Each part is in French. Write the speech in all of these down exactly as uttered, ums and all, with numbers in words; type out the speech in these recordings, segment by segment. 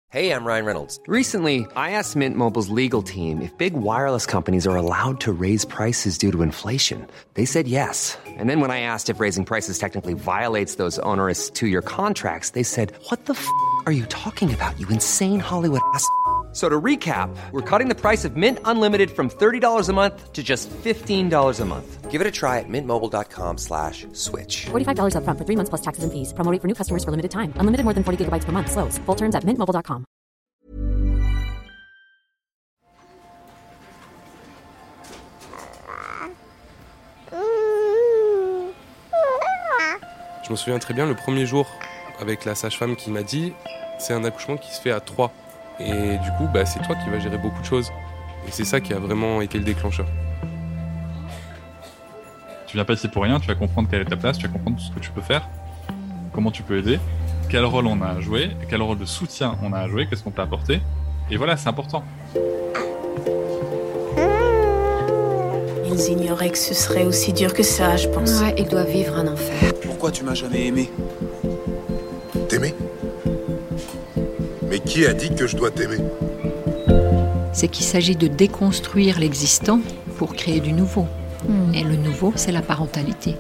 Hey, I'm Ryan Reynolds. Recently, I asked Mint Mobile's legal team if big wireless companies are allowed to raise prices due to inflation. They said yes. And then when I asked if raising prices technically violates those onerous two-year contracts, they said, what the f*** are you talking about, you insane Hollywood ass f- So to recap, we're cutting the price of Mint Unlimited from thirty dollars a month to just fifteen dollars a month. Give it a try at mintmobile.com slash switch. forty-five dollars up front for three months plus taxes and fees. Promo rate for new customers for limited time. Unlimited more than forty gigabytes per month. Slows full terms at mint mobile dot com. Je me souviens très bien le premier jour avec la sage-femme qui m'a dit c'est un accouchement qui se fait à trois. Et du coup, bah, c'est toi qui vas gérer beaucoup de choses. Et c'est ça qui a vraiment été le déclencheur. Tu viens pas ici pour rien, tu vas comprendre quelle est ta place, tu vas comprendre ce que tu peux faire, comment tu peux aider, quel rôle on a à jouer, quel rôle de soutien on a à jouer, qu'est-ce qu'on peut apporter. Et voilà, c'est important. Ils ignoraient que ce serait aussi dur que ça, je pense. Ouais, ils doivent vivre un enfer. Pourquoi tu m'as jamais aimé ? T'aimer ? Mais qui a dit que je dois t'aimer ? C'est qu'il s'agit de déconstruire l'existant pour créer du nouveau. Mmh. Et le nouveau, c'est la parentalité.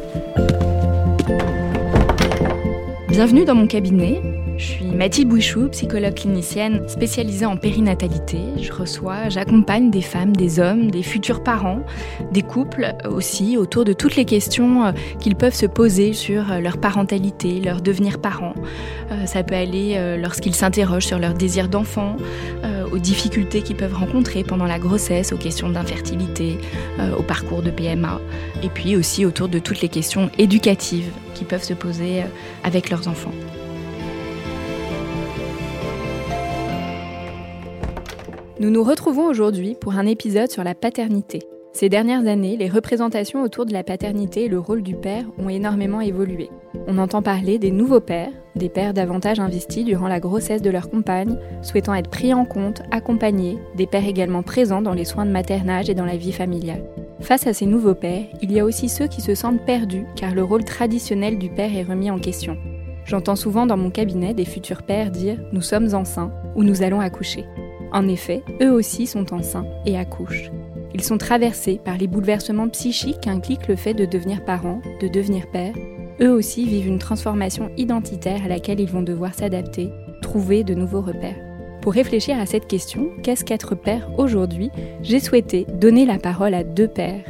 Bienvenue dans mon cabinet. Je suis Mathilde Bouichou, psychologue clinicienne spécialisée en périnatalité. Je reçois, j'accompagne des femmes, des hommes, des futurs parents, des couples aussi, autour de toutes les questions qu'ils peuvent se poser sur leur parentalité, leur devenir parent. Ça peut aller lorsqu'ils s'interrogent sur leur désir d'enfant, aux difficultés qu'ils peuvent rencontrer pendant la grossesse, aux questions d'infertilité, au parcours de P M A, et puis aussi autour de toutes les questions éducatives qu'ils peuvent se poser avec leurs enfants. Nous nous retrouvons aujourd'hui pour un épisode sur la paternité. Ces dernières années, les représentations autour de la paternité et le rôle du père ont énormément évolué. On entend parler des nouveaux pères, des pères davantage investis durant la grossesse de leur compagne, souhaitant être pris en compte, accompagnés, des pères également présents dans les soins de maternage et dans la vie familiale. Face à ces nouveaux pères, il y a aussi ceux qui se sentent perdus car le rôle traditionnel du père est remis en question. J'entends souvent dans mon cabinet des futurs pères dire « nous sommes enceints » ou « nous allons accoucher ». En effet, eux aussi sont enceints et accouchent. Ils sont traversés par les bouleversements psychiques qu'implique le fait de devenir parent, de devenir père. Eux aussi vivent une transformation identitaire à laquelle ils vont devoir s'adapter, trouver de nouveaux repères. Pour réfléchir à cette question, qu'est-ce qu'être père aujourd'hui ? J'ai souhaité donner la parole à deux pères.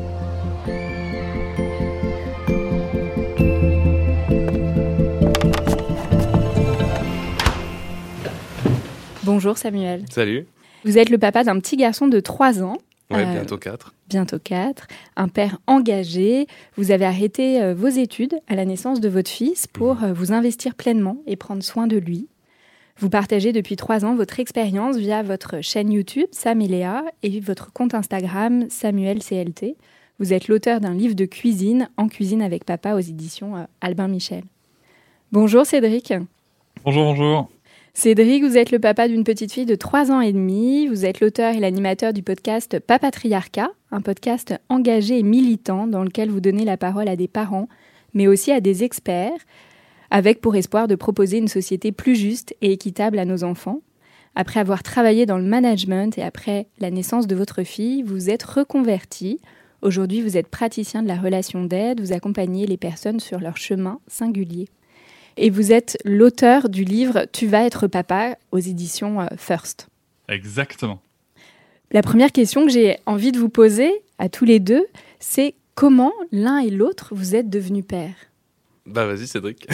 Bonjour Samuel. Salut. Vous êtes le papa d'un petit garçon de trois ans. Ouais, euh, bientôt quatre. Bientôt quatre. Un père engagé. Vous avez arrêté euh, vos études à la naissance de votre fils pour euh, vous investir pleinement et prendre soin de lui. Vous partagez depuis trois ans votre expérience via votre chaîne YouTube Sam et Léa et votre compte Instagram Samuel C L T. Vous êtes l'auteur d'un livre de cuisine, En cuisine avec papa, aux éditions euh, Albin Michel. Bonjour Cédric. Bonjour, bonjour. Cédric, vous êtes le papa d'une petite fille de trois ans et demi. Vous êtes l'auteur et l'animateur du podcast Papatriarcat, un podcast engagé et militant dans lequel vous donnez la parole à des parents, mais aussi à des experts, avec pour espoir de proposer une société plus juste et équitable à nos enfants. Après avoir travaillé dans le management et après la naissance de votre fille, vous êtes reconverti. Aujourd'hui, vous êtes praticien de la relation d'aide, vous accompagnez les personnes sur leur chemin singulier. Et vous êtes l'auteur du livre « Tu vas être papa » aux éditions First. Exactement. La première question que j'ai envie de vous poser à tous les deux, c'est comment l'un et l'autre vous êtes devenus pères ? Bah vas-y Cédric.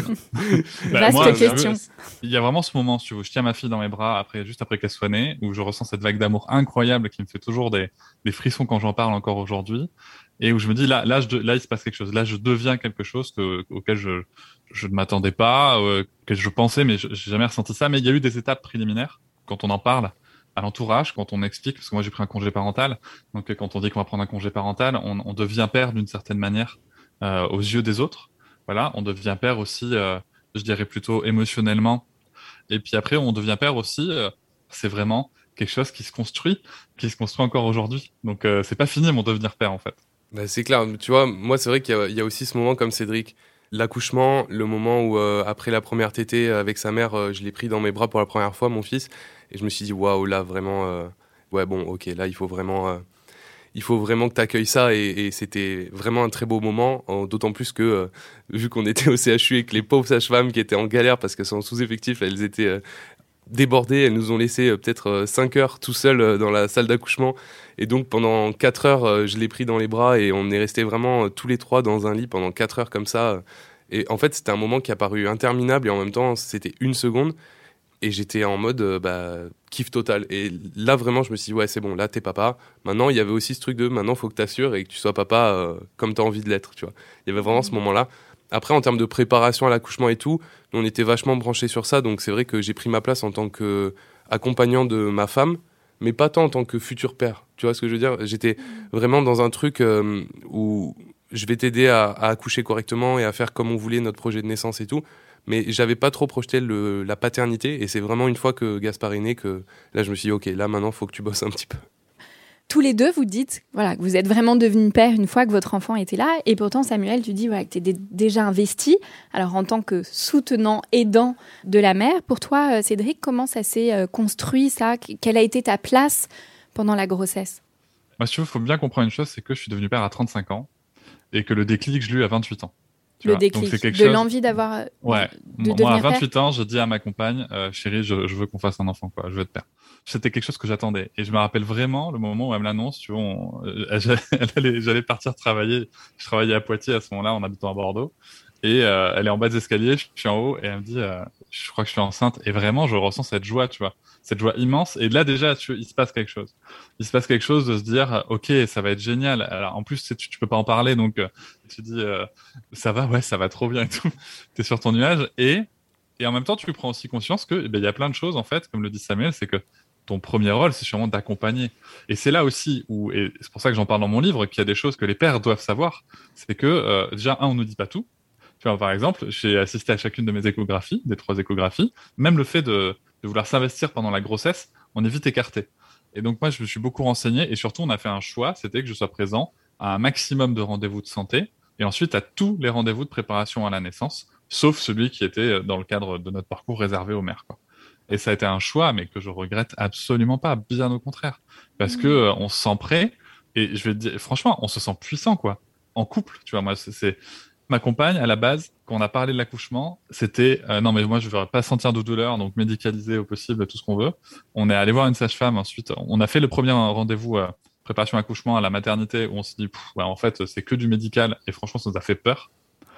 bah, Vaste moi, question. Il y a vraiment ce moment, où je tiens ma fille dans mes bras après, juste après qu'elle soit née, où je ressens cette vague d'amour incroyable qui me fait toujours des, des frissons quand j'en parle encore aujourd'hui. Et où je me dis, là, là, je, là, il se passe quelque chose. Là, je deviens quelque chose que, auquel je, je ne m'attendais pas, euh, que je pensais, mais je n'ai jamais ressenti ça. Mais il y a eu des étapes préliminaires quand on en parle à l'entourage, quand on explique, parce que moi, j'ai pris un congé parental. Donc, quand on dit qu'on va prendre un congé parental, on, on devient père d'une certaine manière euh, aux yeux des autres. Voilà, on devient père aussi, euh, je dirais plutôt émotionnellement. Et puis après, on devient père aussi, euh, c'est vraiment quelque chose qui se construit, qui se construit encore aujourd'hui. Donc, euh, c'est pas fini mon devenir père, en fait. Bah, c'est clair, tu vois, moi c'est vrai qu'il y a, il y a aussi ce moment comme Cédric, L'accouchement, le moment où, euh, après la première tétée avec sa mère, euh, je l'ai pris dans mes bras pour la première fois, mon fils, et je me suis dit, waouh, là, vraiment, euh, ouais, bon, ok, là, il faut vraiment, euh, il faut vraiment que tu accueilles ça, et, et c'était vraiment un très beau moment, en, d'autant plus que, euh, vu qu'on était au C H U et que les pauvres sages-femmes qui étaient en galère parce qu'elles sont en sous-effectif, elles étaient euh, débordées, elles nous ont laissé euh, peut-être euh, cinq heures tout seuls euh, dans la salle d'accouchement, et donc pendant quatre heures, euh, je l'ai pris dans les bras, et on est restés vraiment euh, tous les trois dans un lit pendant quatre heures comme ça, euh, et en fait, c'était un moment qui a paru interminable et en même temps, c'était une seconde. Et j'étais en mode euh, bah, kiff total. Et là, vraiment, je me suis dit, ouais, c'est bon, là, t'es papa. Maintenant, il y avait aussi ce truc de maintenant, il faut que t'assures et que tu sois papa euh, comme t'as envie de l'être. Tu vois. Il y avait vraiment ce moment-là. Après, en termes de préparation à l'accouchement et tout, nous, on était vachement branchés sur ça. Donc, c'est vrai que j'ai pris ma place en tant qu'accompagnant de ma femme, mais pas tant en tant que futur père. Tu vois ce que je veux dire ? J'étais vraiment dans un truc euh, où je vais t'aider à, à accoucher correctement et à faire comme on voulait notre projet de naissance et tout. Mais j'avais pas trop projeté le, la paternité. Et c'est vraiment une fois que Gaspard est né que là, je me suis dit, OK, là, maintenant, il faut que tu bosses un petit peu. Tous les deux, vous dites voilà, que vous êtes vraiment devenu père une fois que votre enfant était là. Et pourtant, Samuel, tu dis voilà, que tu es d- déjà investi. Alors, en tant que soutenant, aidant de la mère, pour toi, Cédric, comment ça s'est euh, construit, ça ? Quelle a été ta place pendant la grossesse ? Moi, si tu veux, il faut bien comprendre une chose, c'est que je suis devenu père à trente-cinq ans et que le déclic, je l'ai eu à vingt-huit ans. Tu le vois. déclic, Donc, c'est quelque de chose... l'envie d'avoir, ouais. de Moi, devenir à vingt-huit père. ans, je dis à ma compagne, euh, chérie, je, je veux qu'on fasse un enfant, quoi. Je veux être père. C'était quelque chose que j'attendais. Et je me rappelle vraiment le moment où elle me l'annonce. Tu vois, on, euh, j'allais, allait, j'allais partir travailler. Je travaillais à Poitiers à ce moment-là, en habitant à Bordeaux. Et euh, elle est en bas des escaliers, je suis en haut, et elle me dit, euh, je crois que je suis enceinte. Et vraiment, je ressens cette joie, tu vois, cette joie immense. Et là, déjà, tu, il se passe quelque chose. Il se passe quelque chose de se dire, ok, ça va être génial. Alors, en plus, tu, tu peux pas en parler, donc euh, tu dis, euh, ça va, ouais, ça va trop bien et tout. T'es sur ton nuage. Et, et en même temps, tu prends aussi conscience que, eh ben, il y a plein de choses, en fait, comme le dit Samuel, c'est que ton premier rôle, c'est sûrement d'accompagner. Et c'est là aussi où, et c'est pour ça que j'en parle dans mon livre, qu'il y a des choses que les pères doivent savoir. C'est que, euh, déjà, un, on nous dit pas tout. Tu vois, par exemple, j'ai assisté à chacune de mes échographies, des trois échographies. Même le fait de, de vouloir s'investir pendant la grossesse, on est vite écarté. Et donc, moi, je me suis beaucoup renseigné. Et surtout, on a fait un choix, c'était que je sois présent à un maximum de rendez-vous de santé et ensuite à tous les rendez-vous de préparation à la naissance, sauf celui qui était dans le cadre de notre parcours réservé aux mères, quoi. Et ça a été un choix, mais que je regrette absolument pas, bien au contraire. Parce mmh. que euh, on se sent prêt, et je vais te dire, franchement, on se sent puissant, quoi. En couple, tu vois, moi, c'est... c'est... Ma compagne, à la base, quand on a parlé de l'accouchement, c'était euh, non mais moi je ne veux pas sentir de douleur, donc médicaliser au possible tout ce qu'on veut. On est allé voir une sage-femme ensuite. On a fait le premier rendez-vous euh, préparation accouchement à la maternité où on s'est dit ouais, en fait c'est que du médical et franchement ça nous a fait peur.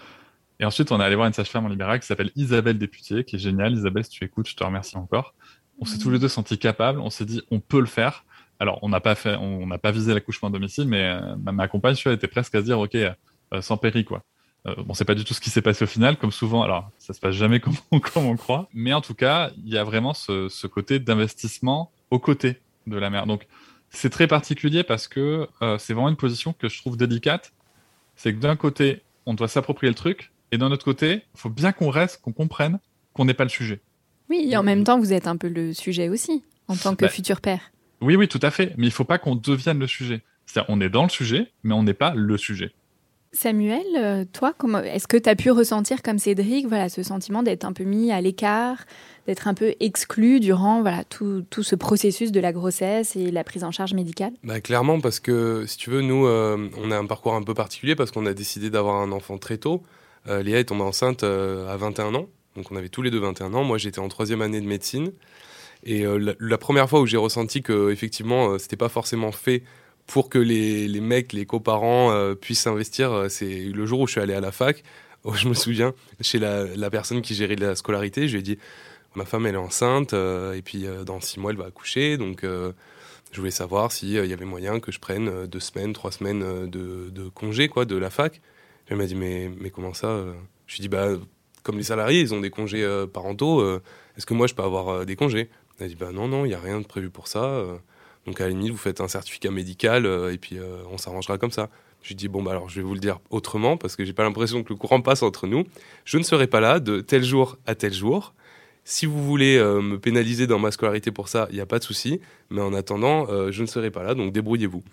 Et ensuite on est allé voir une sage-femme en libéral qui s'appelle Isabelle Députier, qui est géniale. Isabelle, si tu écoutes, je te remercie encore. On s'est mmh. tous les deux sentis capables. On s'est dit on peut le faire. Alors on n'a pas fait, on n'a pas visé l'accouchement à domicile, mais euh, ma, ma compagne, tu vois, était presque à se dire ok euh, sans péri quoi. Euh, bon, c'est pas du tout ce qui s'est passé au final, comme souvent. Alors, ça se passe jamais comme on, comme on croit. Mais en tout cas, il y a vraiment ce, ce côté d'investissement aux côtés de la mère. Donc, c'est très particulier parce que euh, c'est vraiment une position que je trouve délicate. C'est que d'un côté, on doit s'approprier le truc, et d'un autre côté, il faut bien qu'on reste, qu'on comprenne qu'on n'est pas le sujet. Oui, et en même temps, vous êtes un peu le sujet aussi, en tant que bah, futur père. Oui, oui, tout à fait. Mais il faut pas qu'on devienne le sujet. C'est-à-dire, on est dans le sujet, mais on n'est pas le sujet. Samuel, toi, comment, est-ce que tu as pu ressentir comme Cédric voilà, ce sentiment d'être un peu mis à l'écart, d'être un peu exclu durant voilà, tout, tout ce processus de la grossesse et la prise en charge médicale ? Bah, clairement, parce que si tu veux, nous, euh, on a un parcours un peu particulier parce qu'on a décidé d'avoir un enfant très tôt. Euh, Léa est tombée enceinte euh, à vingt et un ans, donc on avait tous les deux vingt et un ans. Moi, j'étais en troisième année de médecine. Et euh, la, la première fois où j'ai ressenti qu'effectivement, euh, c'était pas forcément fait pour que les, les mecs, les coparents euh, puissent s'investir, euh, c'est le jour où je suis allé à la fac. Oh, je me souviens, chez la, la personne qui gérait la scolarité, je lui ai dit « Ma femme, elle est enceinte, euh, et puis euh, dans six mois, elle va accoucher. Donc, euh, je voulais savoir s'il euh, y avait moyen que je prenne euh, deux semaines, trois semaines euh, de, de congé quoi, de la fac. » Elle m'a dit « Mais, mais comment ça euh? ?» Je lui ai dit bah, « Comme les salariés, ils ont des congés euh, parentaux, euh, est-ce que moi, je peux avoir euh, des congés ?» Elle a dit bah, « Non, non, il n'y a rien de prévu pour ça. Euh. » Donc à la limite, vous faites un certificat médical euh, et puis euh, on s'arrangera comme ça. Je lui dis bon bah alors je vais vous le dire autrement parce que j'ai pas l'impression que le courant passe entre nous. Je ne serai pas là de tel jour à tel jour. Si vous voulez euh, me pénaliser dans ma scolarité pour ça, il n'y a pas de souci. Mais en attendant, euh, je ne serai pas là, donc débrouillez-vous.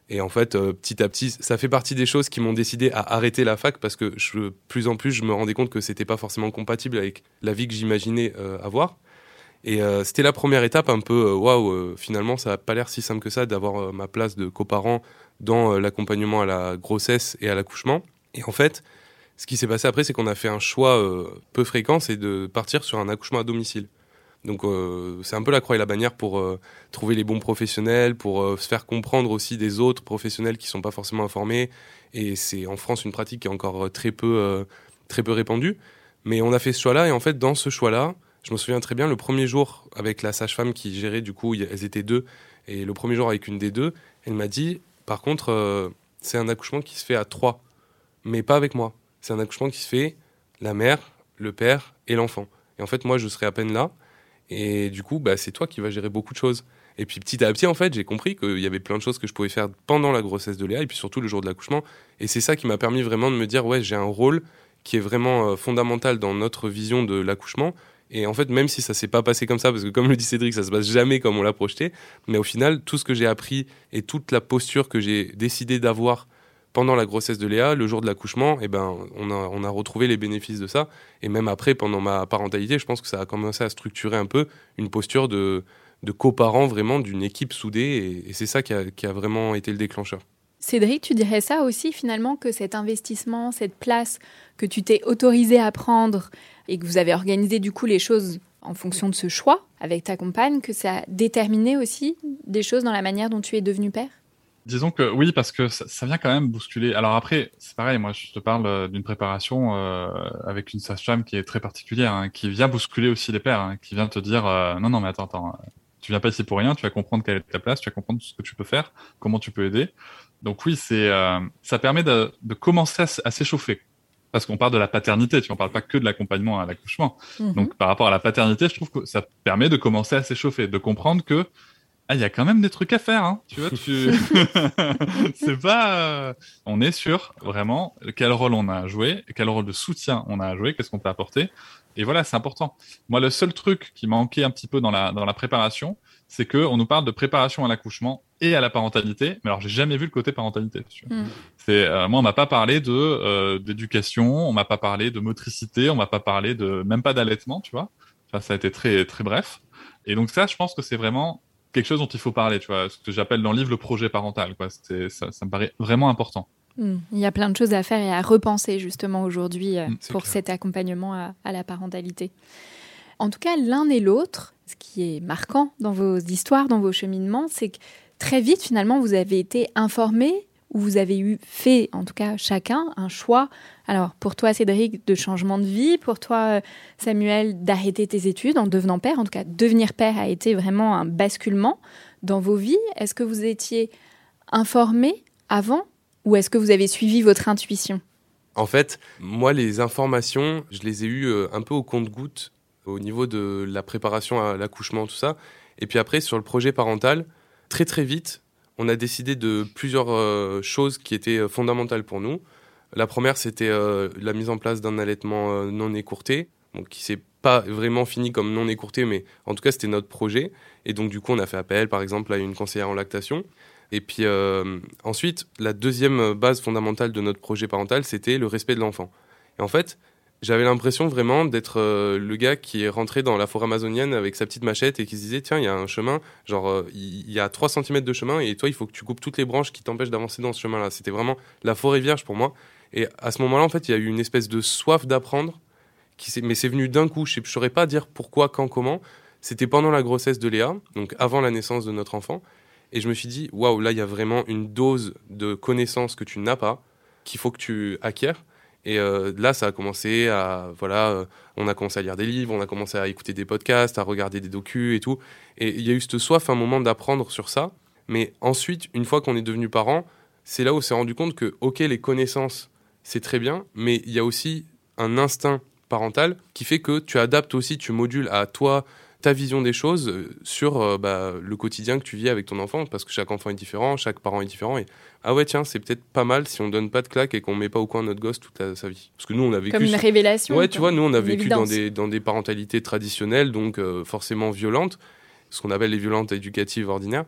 Et en fait, euh, petit à petit, ça fait partie des choses qui m'ont décidé à arrêter la fac parce que je, plus en plus, je me rendais compte que c'était pas forcément compatible avec la vie que j'imaginais euh, avoir. Et euh, c'était la première étape un peu, waouh, euh, finalement, ça n'a pas l'air si simple que ça d'avoir euh, ma place de coparent dans euh, l'accompagnement à la grossesse et à l'accouchement. Et en fait, ce qui s'est passé après, c'est qu'on a fait un choix euh, peu fréquent, c'est de partir sur un accouchement à domicile. Donc euh, c'est un peu la croix et la bannière pour euh, trouver les bons professionnels, pour euh, se faire comprendre aussi des autres professionnels qui ne sont pas forcément informés. Et c'est en France une pratique qui est encore très peu, euh, très peu répandue. Mais on a fait ce choix-là et en fait, dans ce choix-là, je me souviens très bien, le premier jour avec la sage-femme qui gérait, du coup, elles étaient deux. Et le premier jour avec une des deux, elle m'a dit, par contre, euh, c'est un accouchement qui se fait à trois, mais pas avec moi. C'est un accouchement qui se fait la mère, le père et l'enfant. Et en fait, moi, je serai à peine là. Et du coup, bah, c'est toi qui vas gérer beaucoup de choses. Et puis petit à petit, en fait, j'ai compris qu'il y avait plein de choses que je pouvais faire pendant la grossesse de Léa et puis surtout le jour de l'accouchement. Et c'est ça qui m'a permis vraiment de me dire, ouais, j'ai un rôle qui est vraiment euh, fondamental dans notre vision de l'accouchement. Et en fait, même si ça s'est pas passé comme ça, parce que comme le dit Cédric, ça se passe jamais comme on l'a projeté, mais au final, tout ce que j'ai appris et toute la posture que j'ai décidé d'avoir pendant la grossesse de Léa, le jour de l'accouchement, eh ben, on a, on a retrouvé les bénéfices de ça. Et même après, pendant ma parentalité, je pense que ça a commencé à structurer un peu une posture de, de coparent vraiment d'une équipe soudée. Et, et c'est ça qui a, qui a vraiment été le déclencheur. Cédric, tu dirais ça aussi finalement, que cet investissement, cette place que tu t'es autorisé à prendre et que vous avez organisé du coup les choses en fonction de ce choix avec ta compagne, que ça a déterminé aussi des choses dans la manière dont tu es devenu père ? Disons que oui, parce que ça, ça vient quand même bousculer. Alors après, c'est pareil, moi je te parle d'une préparation euh, avec une sage-femme qui est très particulière, hein, qui vient bousculer aussi les pères, hein, qui vient te dire euh, non, non, mais attends, attends, tu viens pas ici pour rien, tu vas comprendre quelle est ta place, tu vas comprendre ce que tu peux faire, comment tu peux aider. Donc oui, c'est euh, ça permet de, de commencer à, à s'échauffer. Parce qu'on parle de la paternité, tu vois, on parle pas que de l'accompagnement à l'accouchement. Mmh. Donc par rapport à la paternité, je trouve que ça permet de commencer à s'échauffer, de comprendre que ah, il y a quand même des trucs à faire, hein. Tu vois, tu... c'est pas, euh... on est sur vraiment quel rôle on a à jouer, quel rôle de soutien on a à jouer, qu'est-ce qu'on peut apporter. Et voilà, c'est important. Moi, le seul truc qui manquait un petit peu dans la, dans la préparation, c'est que on nous parle de préparation à l'accouchement et à la parentalité. Mais alors, j'ai jamais vu le côté parentalité. Tu vois. Mm. C'est, euh, moi, on m'a pas parlé de, euh, d'éducation, on m'a pas parlé de motricité, on m'a pas parlé de, même pas d'allaitement, tu vois. Enfin, ça a été très, très bref. Et donc ça, je pense que c'est vraiment quelque chose dont il faut parler, tu vois, ce que j'appelle dans le livre le projet parental, quoi. C'est, ça, ça me paraît vraiment important. Mmh. Il y a plein de choses à faire et à repenser justement aujourd'hui euh, mmh, pour clair. cet accompagnement à, à la parentalité. En tout cas, l'un et l'autre, ce qui est marquant dans vos histoires, dans vos cheminements, c'est que très vite, finalement, vous avez été informés ou vous avez eu fait, en tout cas chacun, un choix. Alors, pour toi, Cédric, de changement de vie. Pour toi, Samuel, d'arrêter tes études en devenant père. En tout cas, devenir père a été vraiment un basculement dans vos vies. Est-ce que vous étiez informés avant ou est-ce que vous avez suivi votre intuition ? En fait, moi, les informations, je les ai eues un peu au compte-gouttes au niveau de la préparation à l'accouchement, tout ça. Et puis après, sur le projet parental, très très vite, on a décidé de plusieurs euh, choses qui étaient fondamentales pour nous. La première, c'était euh, la mise en place d'un allaitement euh, non écourté, donc qui s'est pas vraiment fini comme non écourté, mais en tout cas, c'était notre projet. Et donc, du coup, on a fait appel, par exemple, à une conseillère en lactation. Et puis euh, ensuite, la deuxième base fondamentale de notre projet parental, c'était le respect de l'enfant. Et en fait, j'avais l'impression vraiment d'être euh, le gars qui est rentré dans la forêt amazonienne avec sa petite machette et qui se disait, tiens, il y a un chemin, genre, euh, il y a trois centimètres de chemin et toi, il faut que tu coupes toutes les branches qui t'empêchent d'avancer dans ce chemin-là. C'était vraiment la forêt vierge pour moi. Et à ce moment-là, en fait, il y a eu une espèce de soif d'apprendre, qui s'est... mais c'est venu d'un coup. Je ne saurais pas dire pourquoi, quand, comment. C'était pendant la grossesse de Léa, donc avant la naissance de notre enfant. Et je me suis dit, waouh, là, il y a vraiment une dose de connaissances que tu n'as pas, qu'il faut que tu acquières. Et euh, là, ça a commencé à, voilà, euh, on a commencé à lire des livres, on a commencé à écouter des podcasts, à regarder des docus et tout. Et il y a eu cette soif, un moment d'apprendre sur ça. Mais ensuite, une fois qu'on est devenu parent, c'est là où on s'est rendu compte que, ok, les connaissances, c'est très bien, mais il y a aussi un instinct parental qui fait que tu adaptes aussi, tu modules à toi ta vision des choses sur euh, bah, le quotidien que tu vis avec ton enfant, parce que chaque enfant est différent, chaque parent est différent. Et ah ouais, tiens, c'est peut-être pas mal si on donne pas de claques et qu'on met pas au coin notre gosse toute la, sa vie. Parce que nous, on a vécu comme une sur... révélation. Ouais, tu vois, nous, on a vécu évidence. dans des dans des parentalités traditionnelles, donc euh, forcément violentes, ce qu'on appelle les violentes éducatives ordinaires.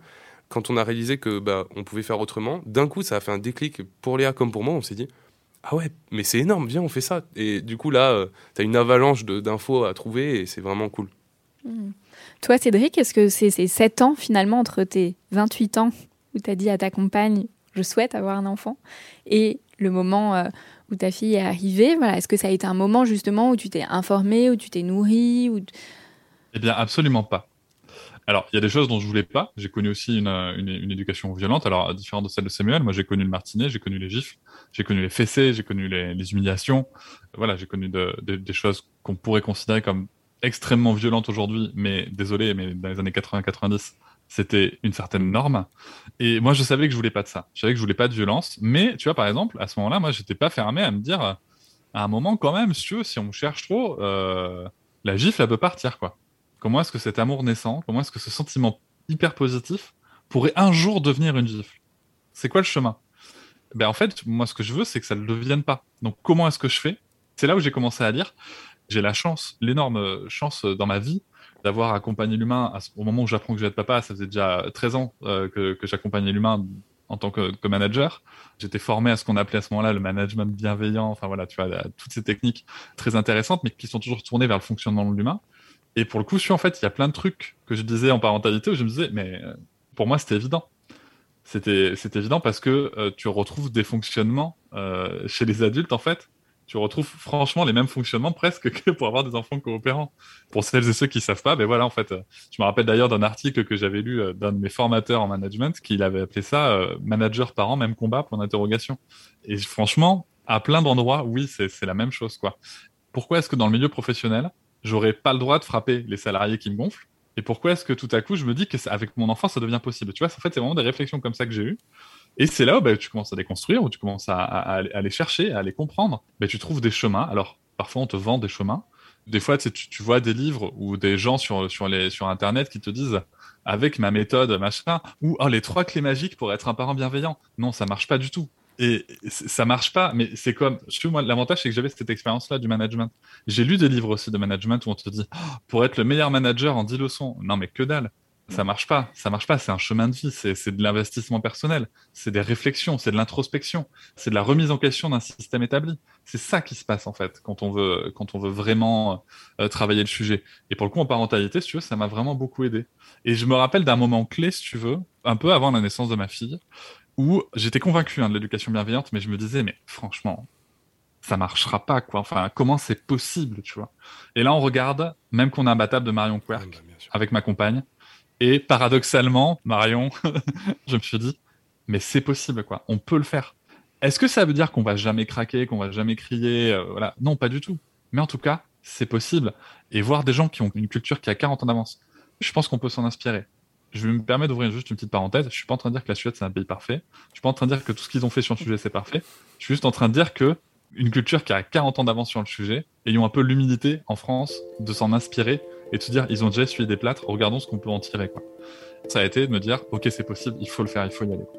quand on a réalisé que bah, on pouvait faire autrement, d'un coup, ça a fait un déclic pour Léa comme pour moi. On s'est dit, ah ouais, mais c'est énorme, viens, on fait ça. Et du coup, là, euh, tu as une avalanche de, d'infos à trouver et c'est vraiment cool. Mmh. Toi, Cédric, est-ce que c'est ces sept ans, finalement, entre tes vingt-huit ans, où tu as dit à ta compagne, je souhaite avoir un enfant, et le moment euh, où ta fille est arrivée, voilà, est-ce que ça a été un moment, justement, où tu t'es informée, où tu t'es nourrie où... Eh bien, absolument pas. Alors, il y a des choses dont je voulais pas. J'ai connu aussi une, une, une éducation violente, alors différente de celle de Samuel. Moi, j'ai connu le martinet, j'ai connu les gifles, j'ai connu les fessées, j'ai connu les, les humiliations. Voilà, j'ai connu de, de, des choses qu'on pourrait considérer comme extrêmement violentes aujourd'hui, mais désolé, mais dans les années quatre-vingts quatre-vingt-dix, c'était une certaine norme. Et moi, je savais que je voulais pas de ça. Je savais que je voulais pas de violence. Mais, tu vois, par exemple, à ce moment-là, moi, j'étais pas fermé à me dire, à un moment, quand même, si tu veux, si on me cherche trop, euh, la gifle, elle peut partir, quoi. Comment est-ce que cet amour naissant, comment est-ce que ce sentiment hyper positif pourrait un jour devenir une gifle? C'est quoi le chemin? Ben en fait, moi, ce que je veux, c'est que ça ne le devienne pas. Donc, comment est-ce que je fais? C'est là où j'ai commencé à lire. J'ai la chance, l'énorme chance dans ma vie d'avoir accompagné l'humain à ce, au moment où j'apprends que je vais être papa. Ça faisait déjà treize ans euh, que, que j'accompagnais l'humain en tant que, que manager. J'étais formé à ce qu'on appelait à ce moment-là le management bienveillant. Enfin voilà, tu vois, toutes ces techniques très intéressantes, mais qui sont toujours tournées vers le fonctionnement de l'humain. Et pour le coup, je suis en fait, il y a plein de trucs que je disais en parentalité où je me disais, mais pour moi, c'était évident. C'était, c'était évident parce que euh, tu retrouves des fonctionnements euh, chez les adultes, en fait. Tu retrouves franchement les mêmes fonctionnements presque que pour avoir des enfants coopérants. Pour celles et ceux qui savent pas, ben voilà, en fait, euh, je me rappelle d'ailleurs d'un article que j'avais lu euh, d'un de mes formateurs en management qui avait appelé ça euh, manager parent, même combat, point d'interrogation. Et franchement, à plein d'endroits, oui, c'est, c'est la même chose, quoi. Pourquoi est-ce que dans le milieu professionnel, j'aurais pas le droit de frapper les salariés qui me gonflent? Et pourquoi est-ce que tout à coup, je me dis que avec mon enfant, ça devient possible? Tu vois, en fait, c'est vraiment des réflexions comme ça que j'ai eues. Et c'est là où bah, tu commences à les construire, où tu commences à, à, à les chercher, à les comprendre. Bah, tu trouves des chemins. Alors, parfois, on te vend des chemins. Des fois, tu, tu vois des livres ou des gens sur, sur, les, sur Internet qui te disent « avec ma méthode, machin », ou oh, « les trois clés magiques pour être un parent bienveillant ». Non, ça marche pas du tout. Et ça marche pas, mais c'est comme... Je trouve, moi, l'avantage, c'est que j'avais cette expérience-là du management. J'ai lu des livres aussi de management où on te dit oh, « pour être le meilleur manager en dix leçons ». Non, mais que dalle. Ça marche pas. Ça marche pas. C'est un chemin de vie. C'est, c'est de l'investissement personnel. C'est des réflexions. C'est de l'introspection. C'est de la remise en question d'un système établi. C'est ça qui se passe, en fait, quand on veut, quand on veut vraiment euh, travailler le sujet. Et pour le coup, en parentalité, si tu veux, ça m'a vraiment beaucoup aidé. Et je me rappelle d'un moment clé, si tu veux, un peu avant la naissance de ma fille, où j'étais convaincu hein, de l'éducation bienveillante, mais je me disais, mais franchement, ça marchera pas, quoi. Enfin, comment c'est possible, tu vois? Et là, on regarde, même qu'on a Imbattable de Marion Querc, ah, bah, avec ma compagne, et paradoxalement, Marion, je me suis dit, mais c'est possible, quoi. On peut le faire. Est-ce que ça veut dire qu'on va jamais craquer, qu'on va jamais crier, euh, voilà? Non, pas du tout. Mais en tout cas, c'est possible. Et voir des gens qui ont une culture qui a quarante ans d'avance, je pense qu'on peut s'en inspirer. Je me permets d'ouvrir juste une petite parenthèse. Je suis pas en train de dire que la Suède, c'est un pays parfait. Je suis pas en train de dire que tout ce qu'ils ont fait sur le sujet, c'est parfait. Je suis juste en train de dire que une culture qui a quarante ans d'avance sur le sujet, ayons un peu l'humilité en France de s'en inspirer et de se dire, ils ont déjà essuyé des plâtres, regardons ce qu'on peut en tirer, quoi. Ça a été de me dire, ok, c'est possible, il faut le faire, il faut y aller.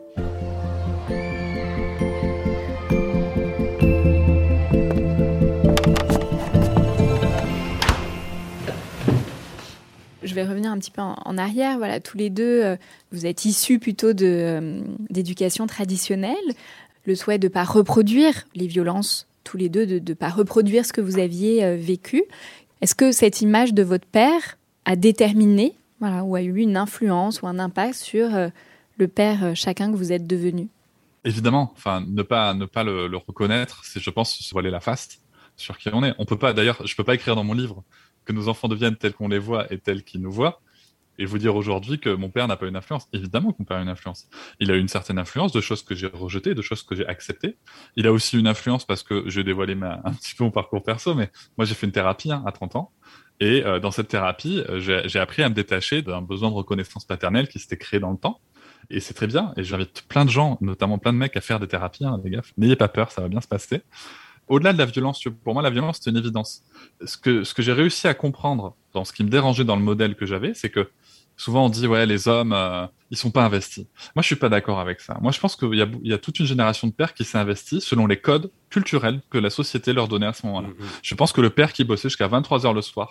Je vais revenir un petit peu en, en arrière. Voilà, tous les deux, euh, vous êtes issus plutôt de, euh, d'éducation traditionnelle. Le souhait de ne pas reproduire les violences, tous les deux, de ne pas reproduire ce que vous aviez euh, vécu. Est-ce que cette image de votre père a déterminé, voilà, ou a eu une influence ou un impact sur euh, le père euh, chacun que vous êtes devenu? Évidemment, enfin, ne pas, ne pas le, le reconnaître, c'est, je pense, se voiler la face sur qui on est. On peut pas, d'ailleurs, je peux pas écrire dans mon livre que nos enfants deviennent tels qu'on les voit et tels qu'ils nous voient, et vous dire aujourd'hui que mon père n'a pas une influence. Évidemment que mon père a une influence. Il a eu une certaine influence de choses que j'ai rejetées, de choses que j'ai acceptées. Il a aussi une influence parce que je vais dévoiler ma, un petit peu mon parcours perso, mais moi j'ai fait une thérapie hein, à trente ans, et euh, dans cette thérapie, j'ai, j'ai appris à me détacher d'un besoin de reconnaissance paternelle qui s'était créé dans le temps, et c'est très bien, et j'invite plein de gens, notamment plein de mecs à faire des thérapies, hein, les gars, n'ayez pas peur, ça va bien se passer. Au-delà de la violence, pour moi, la violence, c'est une évidence. Ce que, ce que j'ai réussi à comprendre dans ce qui me dérangeait dans le modèle que j'avais, c'est que souvent on dit, ouais, les hommes, euh, ils sont pas investis. Moi, je suis pas d'accord avec ça. Moi, je pense qu'il y a, il y a toute une génération de pères qui s'est investie selon les codes culturels que la société leur donnait à ce moment-là. Mmh. Je pense que le père qui bossait jusqu'à vingt-trois heures le soir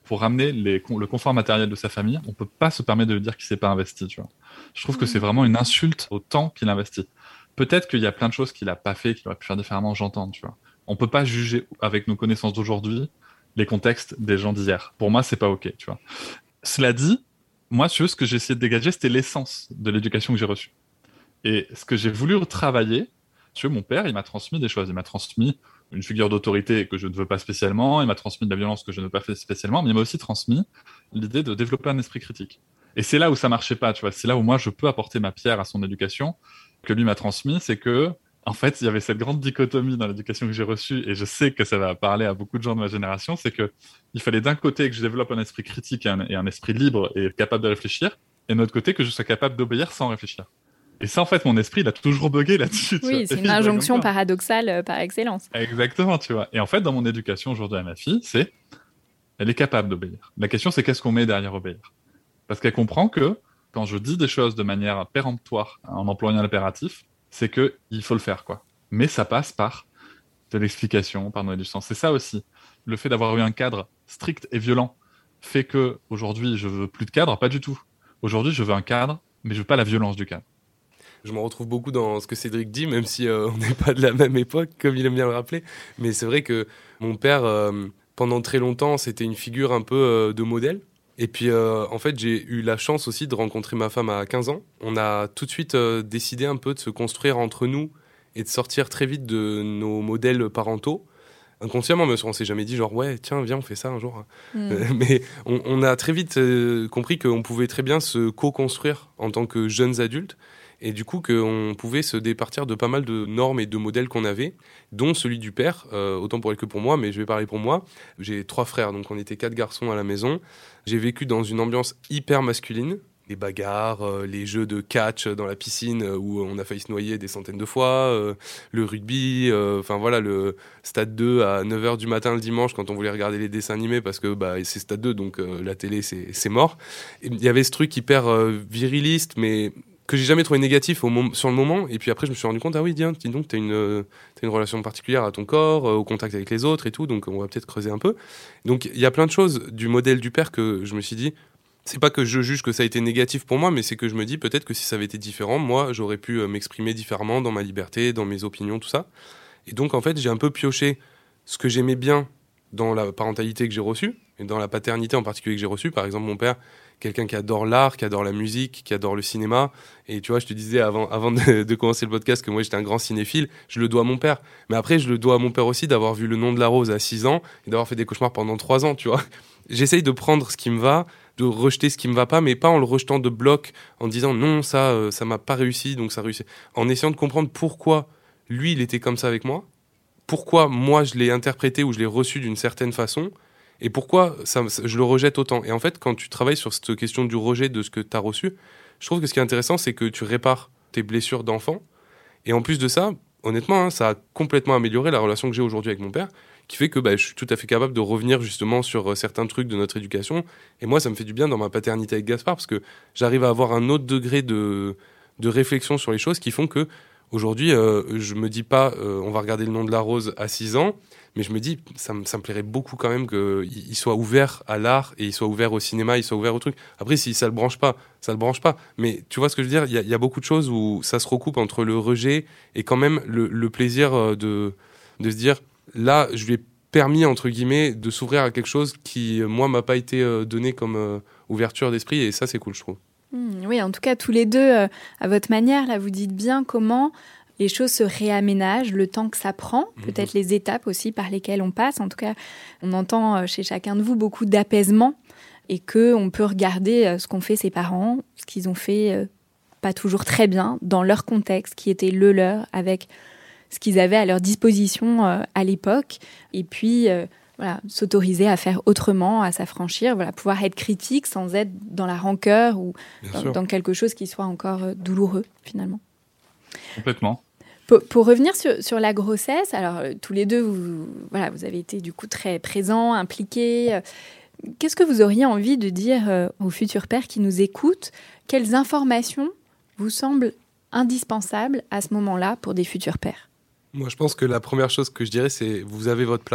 pour ramener les, le confort matériel de sa famille, on peut pas se permettre de lui dire qu'il s'est pas investi, tu vois. Je trouve mmh. que c'est vraiment une insulte au temps qu'il investit. Peut-être qu'il y a plein de choses qu'il a pas fait, qu'il aurait pu faire différemment, j'entends, tu vois. On peut pas juger avec nos connaissances d'aujourd'hui les contextes des gens d'hier. Pour moi, c'est pas ok, tu vois. Cela dit, moi, ce que j'ai essayé de dégager, c'était l'essence de l'éducation que j'ai reçue. Et ce que j'ai voulu retravailler, tu vois, mon père, il m'a transmis des choses. Il m'a transmis une figure d'autorité que je ne veux pas spécialement, il m'a transmis de la violence que je ne veux pas spécialement, mais il m'a aussi transmis l'idée de développer un esprit critique. Et c'est là où ça marchait pas, tu vois. C'est là où moi, je peux apporter ma pierre à son éducation, que lui m'a transmis, c'est que, en fait, il y avait cette grande dichotomie dans l'éducation que j'ai reçue, et je sais que ça va parler à beaucoup de gens de ma génération, c'est que il fallait d'un côté que je développe un esprit critique et un, et un esprit libre et capable de réfléchir, et de l'autre côté que je sois capable d'obéir sans réfléchir. Et ça, en fait, mon esprit, il a toujours bugué là-dessus. Oui, c'est une injonction paradoxale euh, par excellence. Exactement, tu vois. Et en fait, dans mon éducation aujourd'hui à ma fille, c'est, elle est capable d'obéir. La question, c'est qu'est-ce qu'on met derrière obéir? Parce qu'elle comprend que quand je dis des choses de manière péremptoire, en employant l'impératif, c'est que il faut le faire, quoi. Mais ça passe par de l'explication, par donner du sens. C'est ça aussi. Le fait d'avoir eu un cadre strict et violent fait que aujourd'hui, je veux plus de cadre, pas du tout. Aujourd'hui, je veux un cadre, mais je veux pas la violence du cadre. Je me retrouve beaucoup dans ce que Cédric dit, même si euh, on n'est pas de la même époque, comme il aime bien le rappeler. Mais c'est vrai que mon père, euh, pendant très longtemps, c'était une figure un peu euh, de modèle. Et puis, euh, en fait, j'ai eu la chance aussi de rencontrer ma femme à quinze ans. On a tout de suite euh, décidé un peu de se construire entre nous et de sortir très vite de nos modèles parentaux. Inconsciemment, mais on s'est jamais dit genre ouais tiens viens on fait ça un jour. Mmh. Euh, mais on, on a très vite euh, compris qu'on pouvait très bien se co-construire en tant que jeunes adultes. Et du coup, qu'on pouvait se départir de pas mal de normes et de modèles qu'on avait, dont celui du père, euh, autant pour elle que pour moi, mais je vais parler pour moi. J'ai trois frères, donc on était quatre garçons à la maison. J'ai vécu dans une ambiance hyper masculine. Les bagarres, euh, les jeux de catch dans la piscine euh, où on a failli se noyer des centaines de fois, euh, le rugby, enfin euh, voilà, le Stade deux à neuf heures du matin le dimanche quand on voulait regarder les dessins animés parce que bah, c'est Stade deux, donc euh, la télé c'est, c'est mort. Il y avait ce truc hyper euh, viriliste, mais que j'ai jamais trouvé négatif au mom- sur le moment, et puis après je me suis rendu compte, ah oui, dis, dis donc, t'as une, euh, t'as une relation particulière à ton corps, euh, au contact avec les autres et tout, donc on va peut-être creuser un peu. Donc il y a plein de choses du modèle du père que je me suis dit, c'est pas que je juge que ça a été négatif pour moi, mais c'est que je me dis peut-être que si ça avait été différent, moi j'aurais pu euh, m'exprimer différemment dans ma liberté, dans mes opinions, tout ça. Et donc en fait j'ai un peu pioché ce que j'aimais bien dans la parentalité que j'ai reçue, et dans la paternité en particulier que j'ai reçue. Par exemple, mon père, quelqu'un qui adore l'art, qui adore la musique, qui adore le cinéma. Et tu vois, je te disais avant, avant de, de commencer le podcast que moi j'étais un grand cinéphile. Je le dois à mon père. Mais après, je le dois à mon père aussi d'avoir vu Le Nom de la Rose à six ans et d'avoir fait des cauchemars pendant trois ans, tu vois. J'essaye de prendre ce qui me va, de rejeter ce qui me va pas, mais pas en le rejetant de bloc, en disant non, ça, euh, ça m'a pas réussi, donc ça réussit. En essayant de comprendre pourquoi lui, il était comme ça avec moi, pourquoi moi, je l'ai interprété ou je l'ai reçu d'une certaine façon, et pourquoi ça, je le rejette autant. Et en fait, quand tu travailles sur cette question du rejet de ce que tu as reçu, je trouve que ce qui est intéressant, c'est que tu répares tes blessures d'enfant. Et en plus de ça, honnêtement, hein, ça a complètement amélioré la relation que j'ai aujourd'hui avec mon père, qui fait que bah, je suis tout à fait capable de revenir justement sur certains trucs de notre éducation. Et moi, ça me fait du bien dans ma paternité avec Gaspard, parce que j'arrive à avoir un autre degré de, de réflexion sur les choses qui font que aujourd'hui, euh, je me dis pas euh, on va regarder Le Nom de la Rose à six ans, mais je me dis ça me, ça me plairait beaucoup quand même qu'il soit ouvert à l'art et il soit ouvert au cinéma, il soit ouvert au truc. Après, si ça le branche pas, ça le branche pas. Mais tu vois ce que je veux dire, il y a, il y a beaucoup de choses où ça se recoupe entre le rejet et quand même le, le plaisir de, de se dire là, je lui ai permis, entre guillemets, de s'ouvrir à quelque chose qui, moi, m'a pas été donné comme euh, ouverture d'esprit, et ça, c'est cool, je trouve. Mmh, oui, en tout cas, tous les deux, euh, à votre manière, là, vous dites bien comment les choses se réaménagent, le temps que ça prend, mmh. peut-être les étapes aussi par lesquelles on passe. En tout cas, on entend chez chacun de vous beaucoup d'apaisement et qu'on peut regarder ce qu'ont fait ses parents, ce qu'ils ont fait euh, pas toujours très bien, dans leur contexte, qui était le leur, avec ce qu'ils avaient à leur disposition euh, à l'époque, et puis euh, voilà, s'autoriser à faire autrement, à s'affranchir, voilà, pouvoir être critique sans être dans la rancœur ou dans, dans quelque chose qui soit encore euh, douloureux, finalement. Complètement. Pour, pour revenir sur, sur la grossesse, alors euh, tous les deux, vous, voilà, vous avez été du coup très présents, impliqués. Euh, qu'est-ce que vous auriez envie de dire euh, aux futurs pères qui nous écoutent? Quelles informations vous semblent indispensables à ce moment-là pour des futurs pères? Moi, je pense que la première chose que je dirais, c'est vous avez votre place.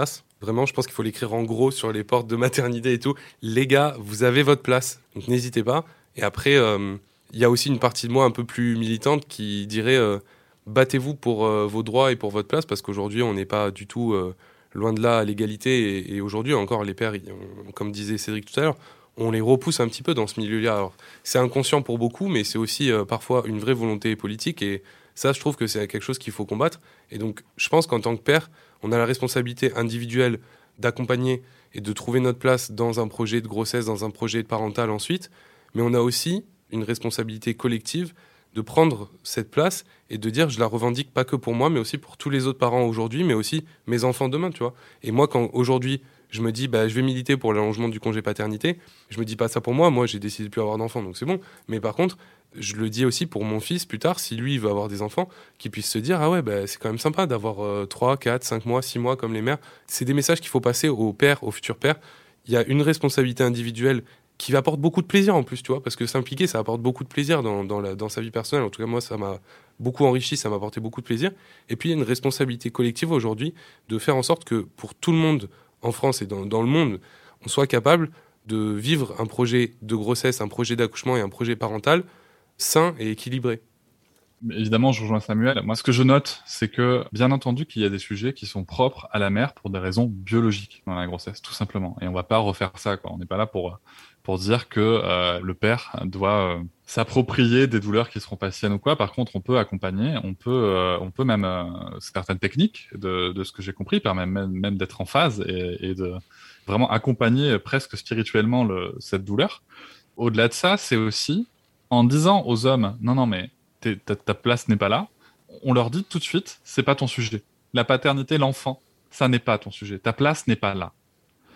Vraiment, je pense qu'il faut l'écrire en gros sur les portes de maternité et tout. Les gars, vous avez votre place, donc n'hésitez pas. Et après, il euh, y a aussi une partie de moi un peu plus militante qui dirait euh, battez-vous pour euh, vos droits et pour votre place, parce qu'aujourd'hui, on n'est pas du tout euh, loin de là à l'égalité. Et, et aujourd'hui, encore, les pères, ils, on, comme disait Cédric tout à l'heure, on les repousse un petit peu dans ce milieu-là. Alors, c'est inconscient pour beaucoup, mais c'est aussi euh, parfois une vraie volonté politique. Et ça, je trouve que c'est quelque chose qu'il faut combattre. Et donc, je pense qu'en tant que père, on a la responsabilité individuelle d'accompagner et de trouver notre place dans un projet de grossesse, dans un projet parental ensuite. Mais on a aussi une responsabilité collective de prendre cette place et de dire je la revendique pas que pour moi, mais aussi pour tous les autres parents aujourd'hui, mais aussi mes enfants demain, tu vois. Et moi, quand aujourd'hui, je me dis bah, je vais militer pour l'allongement du congé paternité, je me dis pas ça pour moi, moi j'ai décidé de plus avoir d'enfants, donc c'est bon. Mais par contre, je le dis aussi pour mon fils plus tard, si lui il veut avoir des enfants, qu'il puisse se dire ah ouais, bah, c'est quand même sympa d'avoir euh, trois, quatre, cinq mois, six mois comme les mères. C'est des messages qu'il faut passer aux pères, aux futurs pères. Il y a une responsabilité individuelle qui apporte beaucoup de plaisir en plus, tu vois, parce que s'impliquer, ça apporte beaucoup de plaisir dans, dans, la, dans sa vie personnelle. En tout cas, moi, ça m'a beaucoup enrichi, ça m'a apporté beaucoup de plaisir. Et puis, il y a une responsabilité collective aujourd'hui de faire en sorte que pour tout le monde, en France et dans, dans le monde, on soit capable de vivre un projet de grossesse, un projet d'accouchement et un projet parental sain et équilibré. Évidemment, je rejoins Samuel. Moi, ce que je note, c'est que, bien entendu, qu'il y a des sujets qui sont propres à la mère pour des raisons biologiques dans la grossesse, tout simplement. Et on va pas refaire ça, quoi. On n'est pas là pour pour dire que euh, le père doit euh, s'approprier des douleurs qui seront pas siennes ou quoi. Par contre, on peut accompagner, on peut, euh, on peut même euh, certaines techniques de, de ce que j'ai compris, permettent même, même d'être en phase et, et de vraiment accompagner presque spirituellement le, cette douleur. Au-delà de ça, c'est aussi en disant aux hommes, non, non, mais ta, ta place n'est pas là. On leur dit tout de suite, c'est pas ton sujet. La paternité, l'enfant, ça n'est pas ton sujet. Ta place n'est pas là.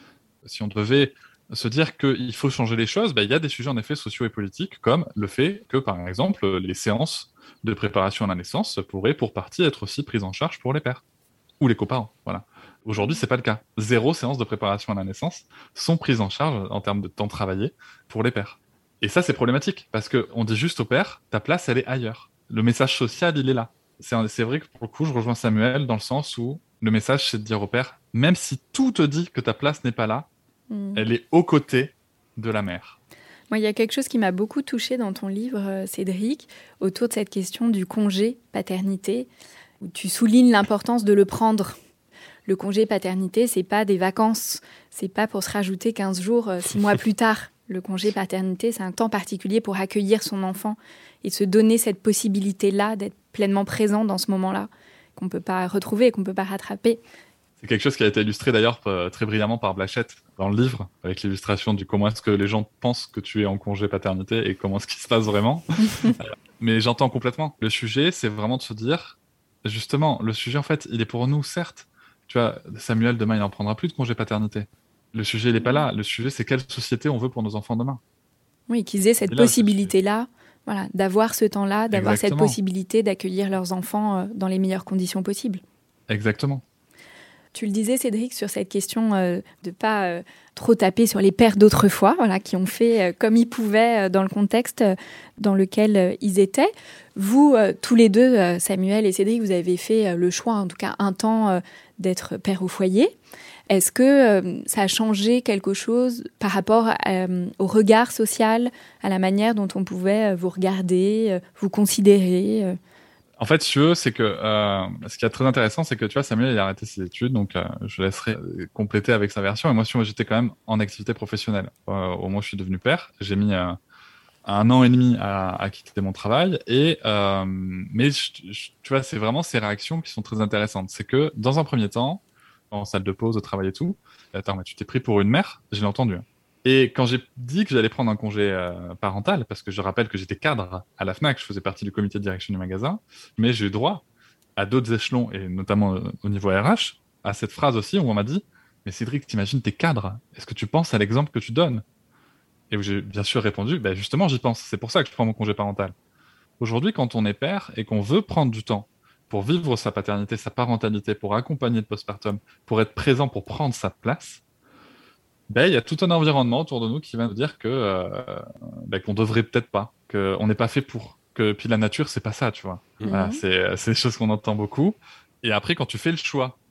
Si on devait se dire qu'il faut changer les choses, bah, il y a des sujets en effet sociaux et politiques, comme le fait que, par exemple, les séances de préparation à la naissance pourraient pour partie être aussi prises en charge pour les pères ou les coparents. Voilà. Aujourd'hui, c'est pas le cas. Zéro séance de préparation à la naissance sont prises en charge en termes de temps travaillé pour les pères. Et ça, c'est problématique, parce qu'on dit juste au père, ta place, elle est ailleurs. Le message social, il est là. C'est, c'est vrai que pour le coup, je rejoins Samuel dans le sens où le message, c'est de dire au père, même si tout te dit que ta place n'est pas là, mmh. elle est aux côtés de la mère. Moi, il y a quelque chose qui m'a beaucoup touchée dans ton livre, Cédric, autour de cette question du congé paternité, où tu soulignes l'importance de le prendre. Le congé paternité, c'est pas des vacances, c'est pas pour se rajouter quinze jours, six mois plus tard. Le congé paternité, c'est un temps particulier pour accueillir son enfant et se donner cette possibilité-là d'être pleinement présent dans ce moment-là, qu'on ne peut pas retrouver et qu'on ne peut pas rattraper. C'est quelque chose qui a été illustré d'ailleurs très brillamment par Blachette dans le livre, avec l'illustration du comment est-ce que les gens pensent que tu es en congé paternité et comment est-ce qui se passe vraiment. Mais j'entends complètement. Le sujet, c'est vraiment de se dire, justement, le sujet, en fait, il est pour nous, certes. Tu vois, Samuel, demain, il n'en prendra plus de congé paternité. Le sujet, il n'est pas là. Le sujet, c'est quelle société on veut pour nos enfants demain. Oui, qu'ils aient cette là, possibilité-là, voilà, d'avoir ce temps-là, d'avoir Exactement. Cette possibilité d'accueillir leurs enfants dans les meilleures conditions possibles. Exactement. Tu le disais, Cédric, sur cette question euh, de ne pas euh, trop taper sur les pères d'autrefois, voilà, qui ont fait euh, comme ils pouvaient euh, dans le contexte euh, dans lequel euh, ils étaient. Vous, euh, tous les deux, euh, Samuel et Cédric, vous avez fait euh, le choix, en tout cas un temps, euh, d'être père au foyer. Est-ce que euh, ça a changé quelque chose par rapport euh, au regard social, à la manière dont on pouvait euh, vous regarder, euh, vous considérer euh... En fait, si tu veux, c'est que euh, ce qui est très intéressant, c'est que tu vois, Samuel il a arrêté ses études, donc euh, je laisserai compléter avec sa version. Et moi, moi j'étais quand même en activité professionnelle. Euh, au moment où je suis devenu père, j'ai mis euh, un an et demi à, à quitter mon travail. Et euh, mais je, je, tu vois, c'est vraiment ces réactions qui sont très intéressantes. C'est que dans un premier temps, en salle de pause, au travail et tout, attends, mais tu t'es pris pour une mère, je l'ai entendu. Et quand j'ai dit que j'allais prendre un congé euh, parental, parce que je rappelle que j'étais cadre à la Fnac, je faisais partie du comité de direction du magasin, mais j'ai eu droit à d'autres échelons, et notamment euh, au niveau R H, à cette phrase aussi où on m'a dit « Mais Cédric, t'imagines, t'es cadre, est-ce que tu penses à l'exemple que tu donnes ?» Et où j'ai bien sûr répondu bah, « Justement, j'y pense, c'est pour ça que je prends mon congé parental. » Aujourd'hui, quand on est père et qu'on veut prendre du temps pour vivre sa paternité, sa parentalité, pour accompagner le postpartum, pour être présent, pour prendre sa place, ben, il y a tout un environnement autour de nous qui va nous dire que euh, ben, qu'on devrait peut-être pas, qu'on n'est pas fait pour. Que, puis la nature, c'est pas ça, tu vois. Mmh. Voilà, c'est, c'est des choses qu'on entend beaucoup. Et après, quand tu fais le choix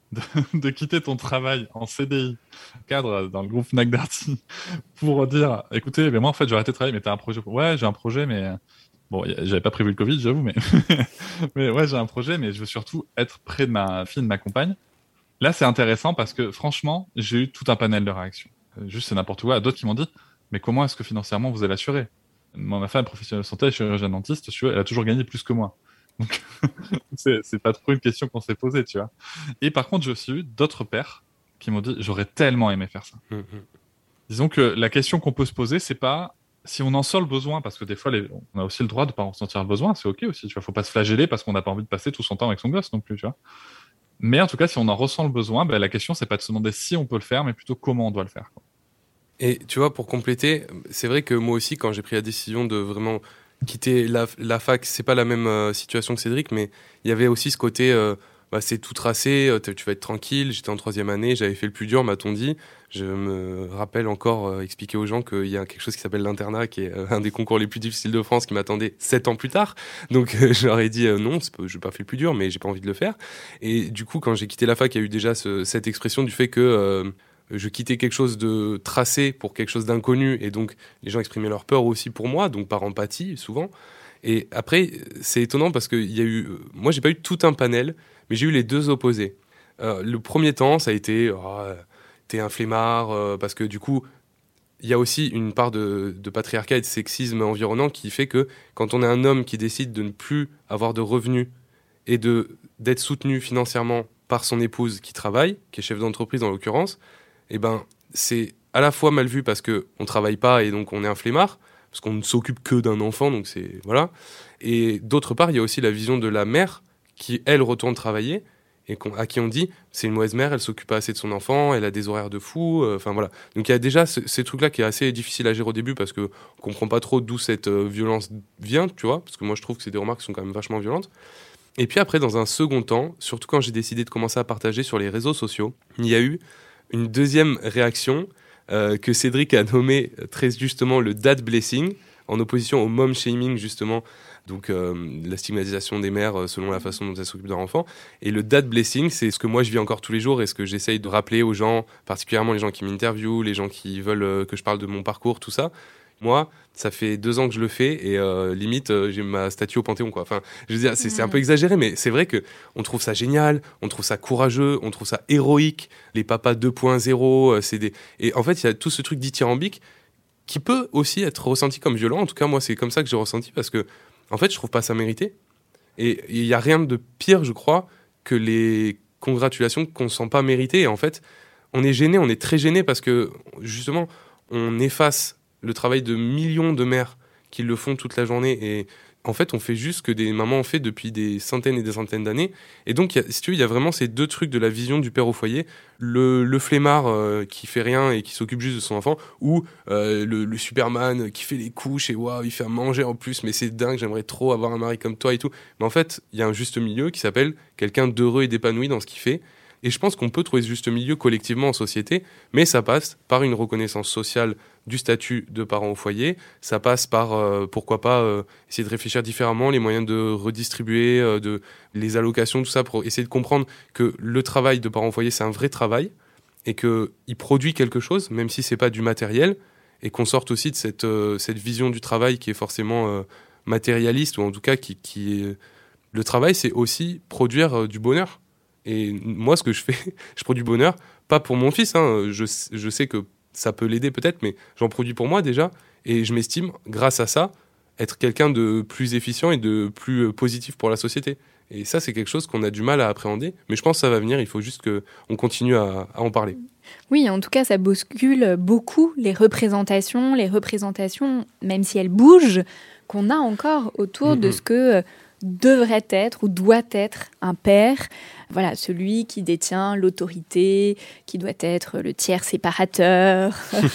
de, de quitter ton travail en C D I, cadre dans le groupe Fnac Darty, pour dire, écoutez, mais moi en fait j'ai arrêté de travailler, mais t'as un projet? Ouais, j'ai un projet, mais bon, j'avais pas prévu le Covid, j'avoue, mais mais ouais, j'ai un projet, mais je veux surtout être près de ma fille, de ma compagne. Là, c'est intéressant parce que franchement, j'ai eu tout un panel de réactions. Juste, c'est n'importe quoi. D'autres qui m'ont dit, mais comment est-ce que financièrement vous allez assurer? Moi, ma femme, professionnelle de santé, chirurgienne dentiste, elle a toujours gagné plus que moi. Donc, c'est, c'est pas trop une question qu'on s'est posée, tu vois. Et par contre, j'ai aussi eu d'autres pères qui m'ont dit, j'aurais tellement aimé faire ça. Mm-hmm. Disons que la question qu'on peut se poser, c'est pas si on en sent le besoin, parce que des fois, les, on a aussi le droit de pas en sentir le besoin, c'est ok aussi, tu vois. Faut pas se flageller parce qu'on n'a pas envie de passer tout son temps avec son gosse non plus, tu vois. Mais en tout cas, si on en ressent le besoin, ben, la question, c'est pas de se demander si on peut le faire, mais plutôt comment on doit le faire, quoi. Et tu vois, pour compléter, c'est vrai que moi aussi, quand j'ai pris la décision de vraiment quitter la, la fac, c'est pas la même euh, situation que Cédric, mais il y avait aussi ce côté, euh, bah, c'est tout tracé, euh, tu vas être tranquille. J'étais en troisième année, j'avais fait le plus dur, m'a-t-on dit. Je me rappelle encore euh, expliquer aux gens qu'il y a quelque chose qui s'appelle l'internat, qui est euh, un des concours les plus difficiles de France, qui m'attendait sept ans plus tard. Donc euh, je leur ai dit euh, non, c'est pas, je n'ai pas fait le plus dur, mais j'ai pas envie de le faire. Et du coup, quand j'ai quitté la fac, il y a eu déjà ce, cette expression du fait que euh, je quittais quelque chose de tracé pour quelque chose d'inconnu, et donc les gens exprimaient leur peur aussi pour moi, donc par empathie souvent. Et après, c'est étonnant parce que il y a eu, moi j'ai pas eu tout un panel, mais j'ai eu les deux opposés. Euh, le premier temps, ça a été oh, t'es un flemmard, euh, parce que du coup, il y a aussi une part de, de patriarcat et de sexisme environnant qui fait que quand on est un homme qui décide de ne plus avoir de revenus et de, d'être soutenu financièrement par son épouse qui travaille, qui est chef d'entreprise en l'occurrence, eh ben, c'est à la fois mal vu parce qu'on ne travaille pas et donc on est un flemmard, parce qu'on ne s'occupe que d'un enfant, donc c'est... Voilà. Et d'autre part, il y a aussi la vision de la mère qui, elle, retourne travailler et à qui on dit c'est une mauvaise mère, elle s'occupe pas assez de son enfant, elle a des horaires de fou, enfin euh, voilà. Donc il y a déjà ce, ces trucs-là qui est assez difficile à gérer au début parce qu'on ne comprend pas trop d'où cette euh, violence vient, tu vois, parce que moi je trouve que c'est des remarques qui sont quand même vachement violentes. Et puis après, dans un second temps, surtout quand j'ai décidé de commencer à partager sur les réseaux sociaux, il y a eu une deuxième réaction euh, que Cédric a nommée très justement le dad blessing, en opposition au mom shaming justement, donc euh, la stigmatisation des mères selon la façon dont elles s'occupent de leur enfant. Et le dad blessing, c'est ce que moi je vis encore tous les jours et ce que j'essaye de rappeler aux gens, particulièrement les gens qui m'interviewent, les gens qui veulent euh, que je parle de mon parcours, tout ça. Moi, ça fait deux ans que je le fais et euh, limite, euh, j'ai ma statue au Panthéon, quoi. Enfin, je veux dire, c'est, c'est un peu exagéré, mais c'est vrai que on trouve ça génial, on trouve ça courageux, on trouve ça héroïque. Les papas deux point zéro, euh, c'est des... Et en fait, il y a tout ce truc dithyrambique qui peut aussi être ressenti comme violent. En tout cas, moi, c'est comme ça que j'ai ressenti parce que, en fait, je trouve pas ça mérité. Et il y a rien de pire, je crois, que les congratulations qu'on sent pas méritées. Et en fait, on est gêné, on est très gêné parce que, justement, on efface le travail de millions de mères qui le font toute la journée et en fait on fait juste ce que des mamans ont fait depuis des centaines et des centaines d'années et donc y a, si tu veux il y a vraiment ces deux trucs de la vision du père au foyer, le, le flemmard euh, qui fait rien et qui s'occupe juste de son enfant ou euh, le, le Superman qui fait les couches et waouh il fait à manger en plus mais c'est dingue, j'aimerais trop avoir un mari comme toi et tout, mais en fait il y a un juste milieu qui s'appelle quelqu'un d'heureux et d'épanoui dans ce qu'il fait. Et je pense qu'on peut trouver ce juste milieu collectivement en société, mais ça passe par une reconnaissance sociale du statut de parent au foyer, ça passe par, euh, pourquoi pas, euh, essayer de réfléchir différemment, les moyens de redistribuer, euh, de, les allocations, tout ça, pour essayer de comprendre que le travail de parent au foyer, c'est un vrai travail, et qu'il produit quelque chose, même si c'est pas du matériel, et qu'on sorte aussi de cette, euh, cette vision du travail qui est forcément euh, matérialiste, ou en tout cas qui, qui est... Le travail, c'est aussi produire euh, du bonheur. Et moi, ce que je fais, je produis du bonheur, pas pour mon fils, hein, je, je sais que ça peut l'aider peut-être, mais j'en produis pour moi déjà, et je m'estime, grâce à ça, être quelqu'un de plus efficient et de plus positif pour la société. Et ça, c'est quelque chose qu'on a du mal à appréhender, mais je pense que ça va venir, il faut juste qu'on continue à, à en parler. Oui, en tout cas, ça bouscule beaucoup les représentations, les représentations, même si elles bougent, qu'on a encore autour mmh, de ce que devrait être ou doit être un père. Voilà, celui qui détient l'autorité, qui doit être le tiers séparateur.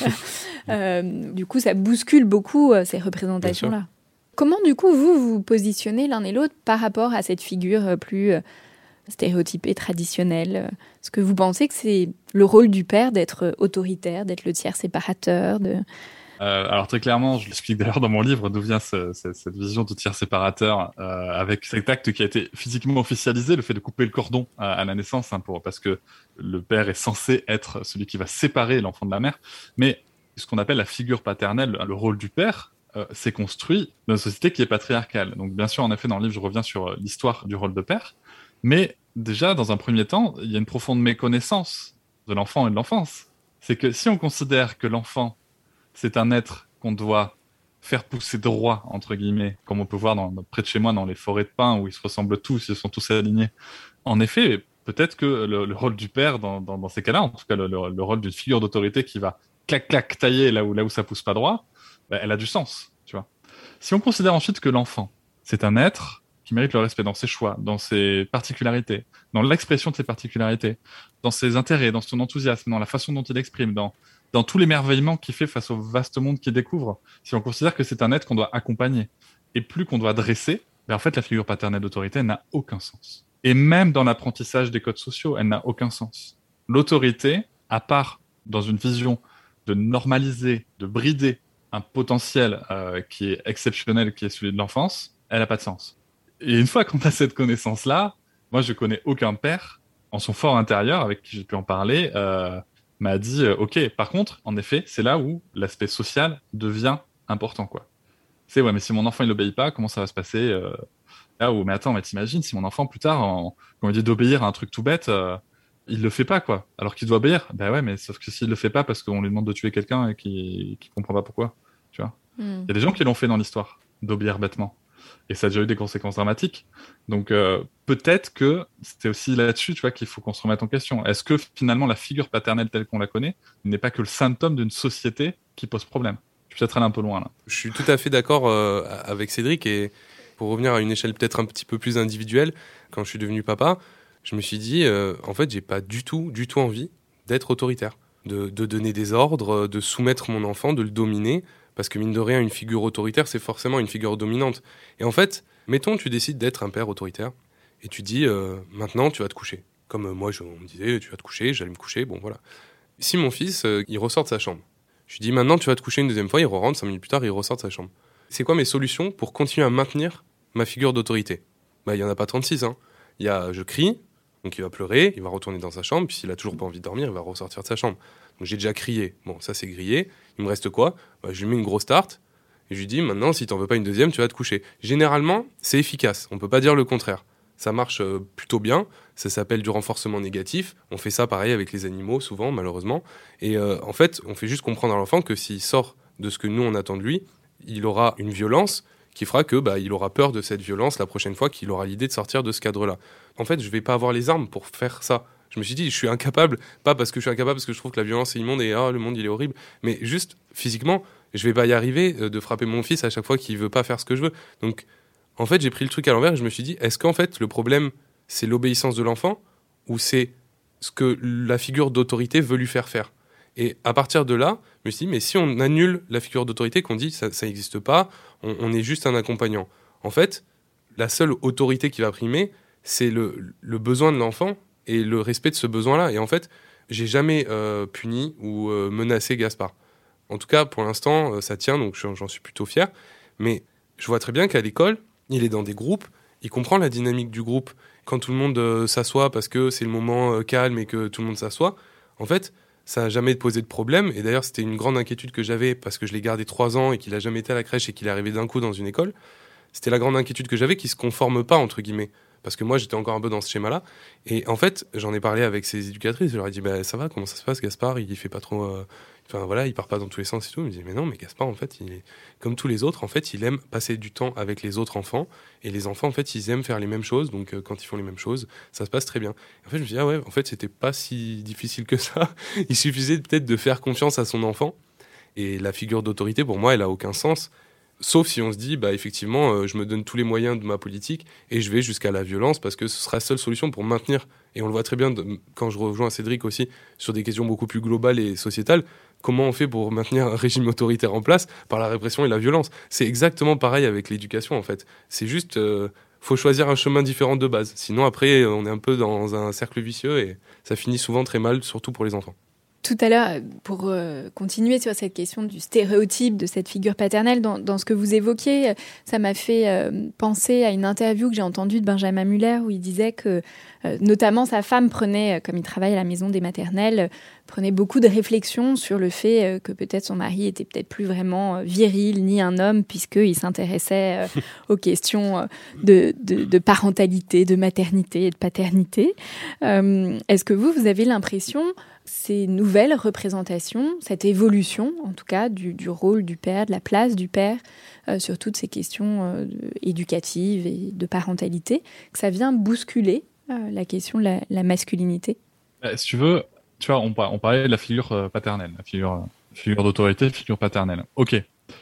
euh, du coup, ça bouscule beaucoup euh, ces représentations-là. Comment, du coup, vous vous positionnez l'un et l'autre par rapport à cette figure plus euh, stéréotypée, traditionnelle? Est-ce que vous pensez que c'est le rôle du père d'être autoritaire, d'être le tiers séparateur de... Euh, alors très clairement, je l'explique d'ailleurs dans mon livre, d'où vient ce, ce, cette vision du tiers séparateur, euh, avec cet acte qui a été physiquement officialisé, le fait de couper le cordon à, à la naissance, hein, pour, parce que le père est censé être celui qui va séparer l'enfant de la mère. Mais ce qu'on appelle la figure paternelle, le rôle du père, euh, s'est construit dans une société qui est patriarcale. Donc bien sûr, en effet, dans le livre, je reviens sur l'histoire du rôle de père, mais déjà, dans un premier temps, il y a une profonde méconnaissance de l'enfant et de l'enfance. C'est que si on considère que l'enfant c'est un être qu'on doit faire pousser droit, entre guillemets, comme on peut voir dans, près de chez moi dans les forêts de pins où ils se ressemblent tous, ils sont tous alignés. En effet, peut-être que le, le rôle du père dans, dans, dans ces cas-là, en tout cas le, le, le rôle d'une figure d'autorité qui va clac-clac tailler là où, là où ça pousse pas droit, bah, elle a du sens, tu vois. Si on considère ensuite que l'enfant, c'est un être qui mérite le respect dans ses choix, dans ses particularités, dans l'expression de ses particularités, dans ses intérêts, dans son enthousiasme, dans la façon dont il exprime, dans dans tout l'émerveillement qu'il fait face au vaste monde qu'il découvre, si on considère que c'est un être qu'on doit accompagner, et plus qu'on doit dresser, ben en fait, la figure paternelle d'autorité, elle n'a aucun sens. Et même dans l'apprentissage des codes sociaux, elle n'a aucun sens. L'autorité, à part dans une vision de normaliser, de brider un potentiel euh, qui est exceptionnel, qui est celui de l'enfance, elle n'a pas de sens. Et une fois qu'on a cette connaissance-là, moi, je connais aucun père, en son fort intérieur, avec qui j'ai pu en parler, euh, m'a dit euh, ok, par contre, en effet, c'est là où l'aspect social devient important, quoi. C'est ouais, mais si mon enfant il n'obéit pas, comment ça va se passer euh, là où mais attends, mais t'imagines si mon enfant plus tard, en, quand il dit d'obéir à un truc tout bête, euh, il le fait pas, quoi, alors qu'il doit obéir. Ben ouais, mais sauf que s'il le fait pas parce qu'on lui demande de tuer quelqu'un et qu'il qui comprend pas pourquoi, tu vois. Il mm. y a des gens qui l'ont fait dans l'histoire, d'obéir bêtement. Et ça a déjà eu des conséquences dramatiques. Donc euh, peut-être que c'était aussi là-dessus, tu vois, qu'il faut qu'on se remette en question. Est-ce que finalement la figure paternelle telle qu'on la connaît n'est pas que le symptôme d'une société qui pose problème ? Je suis peut-être allé un peu loin là. Je suis tout à fait d'accord euh, avec Cédric, et pour revenir à une échelle peut-être un petit peu plus individuelle, quand je suis devenu papa, je me suis dit, euh, en fait, j'ai pas du tout, du tout envie d'être autoritaire, de, de donner des ordres, de soumettre mon enfant, de le dominer. Parce que mine de rien, une figure autoritaire, c'est forcément une figure dominante. Et en fait, mettons, tu décides d'être un père autoritaire, et tu dis, euh, maintenant, tu vas te coucher. Comme euh, moi, je, on me disait, tu vas te coucher, j'allais me coucher, bon voilà. Si mon fils, euh, il ressort de sa chambre, je lui dis, maintenant, tu vas te coucher une deuxième fois, il rentre, cinq minutes plus tard, il ressort de sa chambre. C'est quoi mes solutions pour continuer à maintenir ma figure d'autorité ? Bah, il n'y en a pas trente-six, hein. Il y a, je crie, donc il va pleurer, il va retourner dans sa chambre, puis s'il a toujours pas envie de dormir, il va ressortir de sa chambre. Donc j'ai déjà crié, bon, ça c'est grillé. Il me reste quoi ? Bah, je lui mets une grosse tarte et je lui dis maintenant, si t'en veux pas une deuxième, tu vas te coucher. Généralement, c'est efficace, on peut pas dire le contraire. Ça marche euh, plutôt bien, ça s'appelle du renforcement négatif. On fait ça pareil avec les animaux, souvent, malheureusement. Et euh, en fait, on fait juste comprendre à l'enfant que s'il sort de ce que nous on attend de lui, il aura une violence qui fera que bah, il aura peur de cette violence la prochaine fois qu'il aura l'idée de sortir de ce cadre-là. En fait, je vais pas avoir les armes pour faire ça. Je me suis dit, je suis incapable, pas parce que je suis incapable, parce que je trouve que la violence est immonde et oh, le monde il est horrible, mais juste physiquement, je vais pas y arriver de frapper mon fils à chaque fois qu'il veut pas faire ce que je veux. Donc, en fait, j'ai pris le truc à l'envers et je me suis dit, est-ce qu'en fait, le problème, c'est l'obéissance de l'enfant ou c'est ce que la figure d'autorité veut lui faire faire ? Et à partir de là, je me suis dit, mais si on annule la figure d'autorité, qu'on dit, ça n'existe pas, on, on est juste un accompagnant. En fait, la seule autorité qui va primer, c'est le, le besoin de l'enfant et le respect de ce besoin-là. Et en fait, j'ai jamais euh, puni ou euh, menacé Gaspard. En tout cas, pour l'instant, euh, ça tient, donc j'en, j'en suis plutôt fier. Mais je vois très bien qu'à l'école, il est dans des groupes, il comprend la dynamique du groupe. Quand tout le monde euh, s'assoit parce que c'est le moment euh, calme et que tout le monde s'assoit, en fait, ça n'a jamais posé de problème. Et d'ailleurs, c'était une grande inquiétude que j'avais parce que je l'ai gardé trois ans et qu'il n'a jamais été à la crèche et qu'il est arrivé d'un coup dans une école. C'était la grande inquiétude que j'avais, qu'il ne se conforme pas, entre guillemets. Parce que moi, j'étais encore un peu dans ce schéma-là. Et en fait, j'en ai parlé avec ses éducatrices. Je leur ai dit, bah, ça va, comment ça se passe, Gaspard ? Il fait pas trop... Euh... Enfin, voilà, il part pas dans tous les sens et tout. Ils me disaient, mais non, mais Gaspard, en fait, il est comme tous les autres. En fait, il aime passer du temps avec les autres enfants. Et les enfants, en fait, ils aiment faire les mêmes choses. Donc, euh, quand ils font les mêmes choses, ça se passe très bien. Et en fait, je me suis dit, ah ouais, en fait, c'était pas si difficile que ça. Il suffisait peut-être de faire confiance à son enfant. Et la figure d'autorité, pour moi, elle a aucun sens. Sauf si on se dit, bah, effectivement, euh, je me donne tous les moyens de ma politique et je vais jusqu'à la violence parce que ce sera la seule solution pour maintenir. Et on le voit très bien de, quand je rejoins Cédric aussi sur des questions beaucoup plus globales et sociétales. Comment on fait pour maintenir un régime autoritaire en place ? Par la répression et la violence. C'est exactement pareil avec l'éducation, en fait. C'est juste, euh, faut choisir un chemin différent de base. Sinon, après, on est un peu dans un cercle vicieux et ça finit souvent très mal, surtout pour les enfants. Tout à l'heure, pour euh, continuer sur cette question du stéréotype de cette figure paternelle, dans, dans ce que vous évoquiez, ça m'a fait euh, penser à une interview que j'ai entendue de Benjamin Muller où il disait que, euh, notamment, sa femme prenait, comme il travaille à la maison des maternelles, euh, prenait beaucoup de réflexions sur le fait euh, que peut-être son mari était peut-être plus vraiment euh, viril ni un homme puisqu'il s'intéressait euh, aux questions euh, de, de, de parentalité, de maternité et de paternité. Euh, est-ce que vous, vous avez l'impression ces nouvelles représentations, cette évolution, en tout cas, du, du rôle du père, de la place du père euh, sur toutes ces questions euh, éducatives et de parentalité, que ça vient bousculer euh, la question de la, la masculinité? Bah, si tu veux, tu vois, on, on parlait de la figure euh, paternelle, la figure, euh, figure d'autorité, figure paternelle. Ok.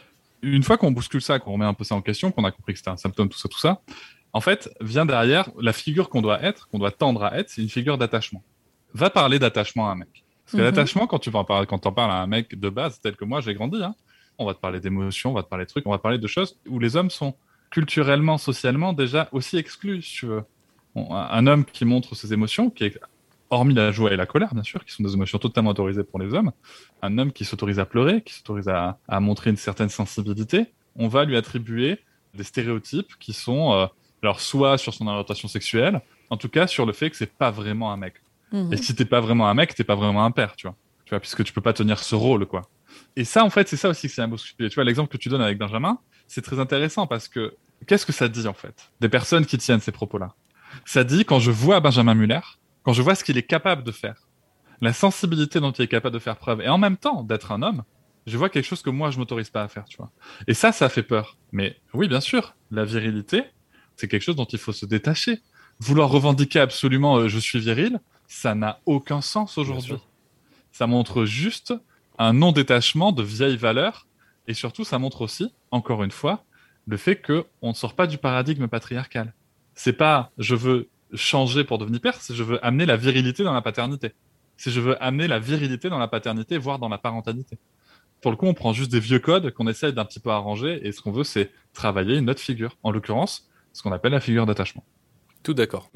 Une fois qu'on bouscule ça, qu'on remet un peu ça en question, qu'on a compris que c'était un symptôme, tout ça, tout ça, en fait, vient derrière la figure qu'on doit être, qu'on doit tendre à être, c'est une figure d'attachement. Va parler d'attachement à un mec. Parce que mm-hmm. l'attachement, quand tu vas en parler, quand t'en parles à un mec de base, tel que moi, j'ai grandi, hein, on va te parler d'émotions, on va te parler de trucs, on va te parler de choses où les hommes sont culturellement, socialement déjà aussi exclus, si tu veux. Bon, un homme qui montre ses émotions, qui est, hormis la joie et la colère, bien sûr, qui sont des émotions totalement autorisées pour les hommes, un homme qui s'autorise à pleurer, qui s'autorise à, à montrer une certaine sensibilité, on va lui attribuer des stéréotypes qui sont, euh, alors soit sur son orientation sexuelle, en tout cas sur le fait que c'est pas vraiment un mec. Mmh. Et si t'es pas vraiment un mec, t'es pas vraiment un père, tu vois. Tu vois, puisque tu peux pas tenir ce rôle, quoi. Et ça, en fait, c'est ça aussi que c'est un bousculé. Tu vois, l'exemple que tu donnes avec Benjamin, c'est très intéressant parce que qu'est-ce que ça dit, en fait, des personnes qui tiennent ces propos-là? Ça dit, quand je vois Benjamin Muller, quand je vois ce qu'il est capable de faire, la sensibilité dont il est capable de faire preuve, et en même temps, d'être un homme, je vois quelque chose que moi, je m'autorise pas à faire, tu vois. Et ça, ça fait peur. Mais oui, bien sûr, la virilité, c'est quelque chose dont il faut se détacher. Vouloir revendiquer absolument euh, « je suis viril », ça n'a aucun sens aujourd'hui. Ça montre juste un non-détachement de vieilles valeurs et surtout, ça montre aussi, encore une fois, le fait qu'on ne sort pas du paradigme patriarcal. C'est pas « je veux changer pour devenir père », c'est « je veux amener la virilité dans la paternité ». C'est « je veux amener la virilité dans la paternité, voire dans la parentalité ». Pour le coup, on prend juste des vieux codes qu'on essaye d'un petit peu arranger et ce qu'on veut, c'est travailler une autre figure. En l'occurrence, ce qu'on appelle la figure d'attachement. Tout d'accord.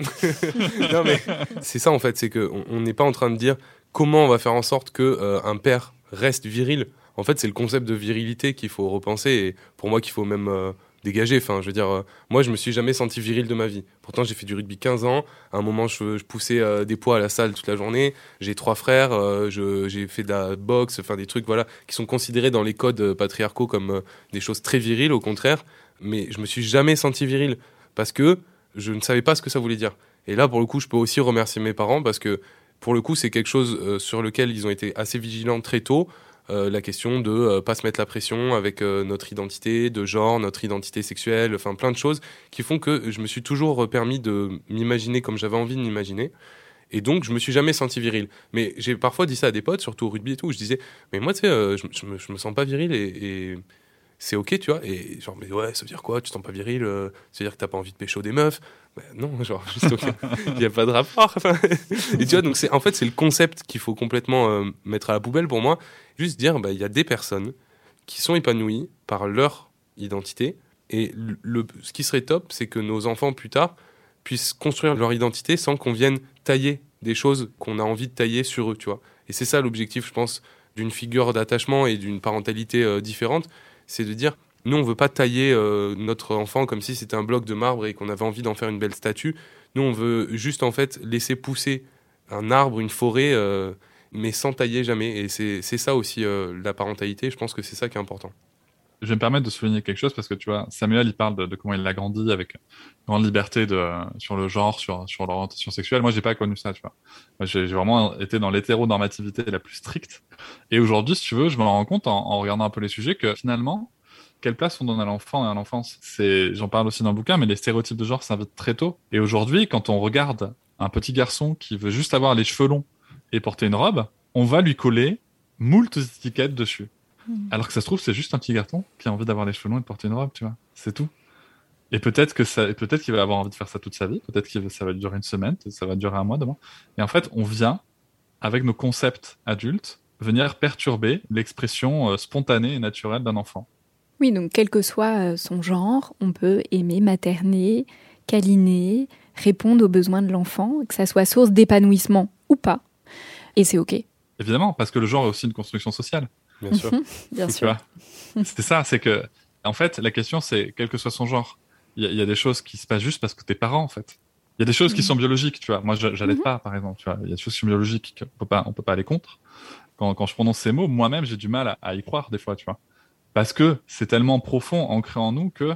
Non mais c'est ça en fait, c'est qu'on on n'est pas en train de dire comment on va faire en sorte que euh, un père reste viril. En fait, c'est le concept de virilité qu'il faut repenser et pour moi qu'il faut même euh, dégager. Enfin, je veux dire, euh, moi je me suis jamais senti viril de ma vie. Pourtant, j'ai fait du rugby quinze ans. À un moment, je, je poussais euh, des poids à la salle toute la journée. J'ai trois frères. Euh, je, j'ai fait de la boxe, enfin des trucs voilà qui sont considérés dans les codes euh, patriarcaux comme euh, des choses très viriles, au contraire. Mais je me suis jamais senti viril parce que je ne savais pas ce que ça voulait dire. Et là, pour le coup, je peux aussi remercier mes parents parce que, pour le coup, c'est quelque chose euh, sur lequel ils ont été assez vigilants très tôt. Euh, la question de euh, pas se mettre la pression avec euh, notre identité de genre, notre identité sexuelle, enfin plein de choses qui font que je me suis toujours permis de m'imaginer comme j'avais envie de m'imaginer. Et donc, je me suis jamais senti viril. Mais j'ai parfois dit ça à des potes, surtout au rugby et tout, où je disais, mais moi, tu sais, euh, je, je, me, je me sens pas viril et... et c'est ok, tu vois, et genre, mais ouais, ça veut dire quoi, tu te sens pas viril, euh, ça veut dire que t'as pas envie de pécho des meufs? Bah, non, genre, juste ok, il y a pas de rapport. Et tu vois, donc c'est, en fait, c'est le concept qu'il faut complètement euh, mettre à la poubelle pour moi, juste dire, bah, il y a des personnes qui sont épanouies par leur identité, et le, le, ce qui serait top, c'est que nos enfants, plus tard, puissent construire leur identité sans qu'on vienne tailler des choses qu'on a envie de tailler sur eux, tu vois. Et c'est ça l'objectif, je pense, d'une figure d'attachement et d'une parentalité euh, différente, c'est de dire, nous, on veut pas tailler euh, notre enfant comme si c'était un bloc de marbre et qu'on avait envie d'en faire une belle statue. Nous, on veut juste, en fait, laisser pousser un arbre, une forêt, euh, mais sans tailler jamais. Et c'est, c'est ça aussi, euh, la parentalité. Je pense que c'est ça qui est important. Je vais me permettre de souligner quelque chose parce que, tu vois, Samuel, il parle de, de comment il a grandi avec grande liberté de, sur le genre, sur, sur l'orientation sexuelle. Moi, j'ai pas connu ça, tu vois. Moi, j'ai, j'ai vraiment été dans l'hétéronormativité la plus stricte. Et aujourd'hui, si tu veux, je me rends compte en, en regardant un peu les sujets que finalement, quelle place on donne à l'enfant et à l'enfance. C'est, j'en parle aussi dans le bouquin, mais les stéréotypes de genre s'invitent très tôt. Et aujourd'hui, quand on regarde un petit garçon qui veut juste avoir les cheveux longs et porter une robe, on va lui coller moult étiquettes dessus. Alors que ça se trouve, c'est juste un petit garçon qui a envie d'avoir les cheveux longs et de porter une robe, tu vois. C'est tout. Et peut-être que ça, peut-être qu'il va avoir envie de faire ça toute sa vie. Peut-être que ça va durer une semaine, ça va durer un mois demain. Et en fait, on vient, avec nos concepts adultes, venir perturber l'expression euh, spontanée et naturelle d'un enfant. Oui, donc quel que soit son genre, on peut aimer, materner, câliner, répondre aux besoins de l'enfant, que ça soit source d'épanouissement ou pas. Et c'est ok. Et Évidemment, parce que le genre est aussi une construction sociale. Bien sûr. Bien Tu sûr. vois, c'est ça, c'est que, en fait, la question, c'est, quel que soit son genre, il y, a- il y a des choses qui se passent juste parce que t'es parent, en fait. Il y a des choses qui sont biologiques, tu vois. Moi, je- j'allaite pas, par exemple, tu vois. Il y a des choses qui sont biologiques qu'on peut pas, on peut pas aller contre. Quand, quand je prononce ces mots, moi-même, j'ai du mal à, à y croire, des fois, tu vois. Parce que c'est tellement profond, ancré en nous que,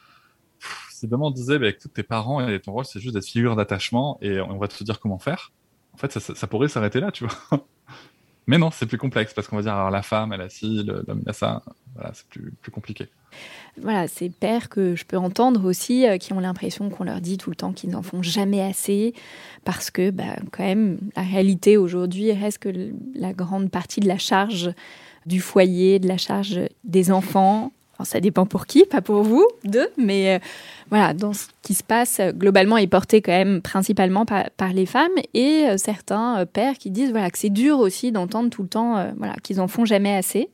pff, si demain on disait, bah, écoute, tes parents et ton rôle, c'est juste d'être figure d'attachement et on va te dire comment faire. En fait, ça, ça, ça pourrait s'arrêter là, tu vois. Mais non, c'est plus complexe parce qu'on va dire, alors la femme, elle a ci, le- l'homme, il a ça. Voilà, c'est plus, plus compliqué. Voilà, ces pères que je peux entendre aussi, euh, qui ont l'impression qu'on leur dit tout le temps qu'ils n'en font jamais assez, parce que, bah, quand même, la réalité aujourd'hui reste que l- la grande partie de la charge du foyer, de la charge des enfants, alors ça dépend pour qui, pas pour vous, deux, mais euh, voilà, dans ce qui se passe, euh, globalement, est porté quand même principalement par, par les femmes, et euh, certains euh, pères qui disent voilà, que c'est dur aussi d'entendre tout le temps euh, voilà, qu'ils n'en font jamais assez.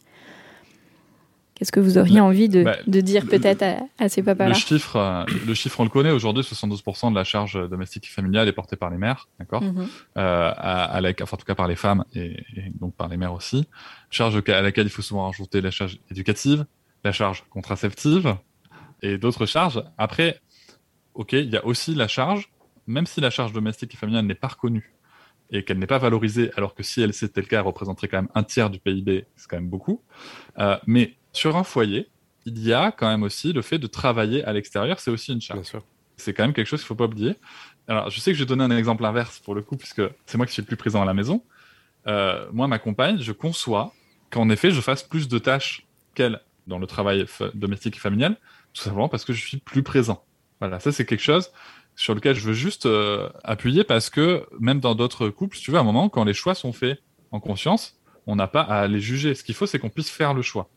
Qu'est-ce que vous auriez Le- envie de, bah, de dire le- peut-être à, à ces Le papas-là? chiffre, euh, le chiffre, on le connaît. Aujourd'hui, soixante-douze pour cent de la charge domestique et familiale est portée par les mères, d'accord, Mhm. euh, à, à la, enfin, en tout cas par les femmes et, et donc par les mères aussi. Charge à laquelle il faut souvent rajouter la charge éducative, la charge contraceptive et d'autres charges. Après, ok, il y a aussi la charge, même si la charge domestique et familiale n'est pas reconnue et qu'elle n'est pas valorisée, alors que si elle c'était le cas, elle représenterait quand même un tiers du P I B, c'est quand même beaucoup. Euh, mais sur un foyer, il y a quand même aussi le fait de travailler à l'extérieur, c'est aussi une charge. Bien sûr. C'est quand même quelque chose qu'il ne faut pas oublier. Alors, je sais que je vais donner un exemple inverse pour le coup, puisque c'est moi qui suis le plus présent à la maison. Euh, moi, ma compagne, je conçois qu'en effet, je fasse plus de tâches qu'elle dans le travail fa- domestique et familial, tout simplement parce que je suis plus présent. Voilà, ça c'est quelque chose sur lequel je veux juste euh, appuyer parce que même dans d'autres couples, si tu veux, à un moment, quand les choix sont faits en conscience, on n'a pas à les juger. Ce qu'il faut, c'est qu'on puisse faire le choix.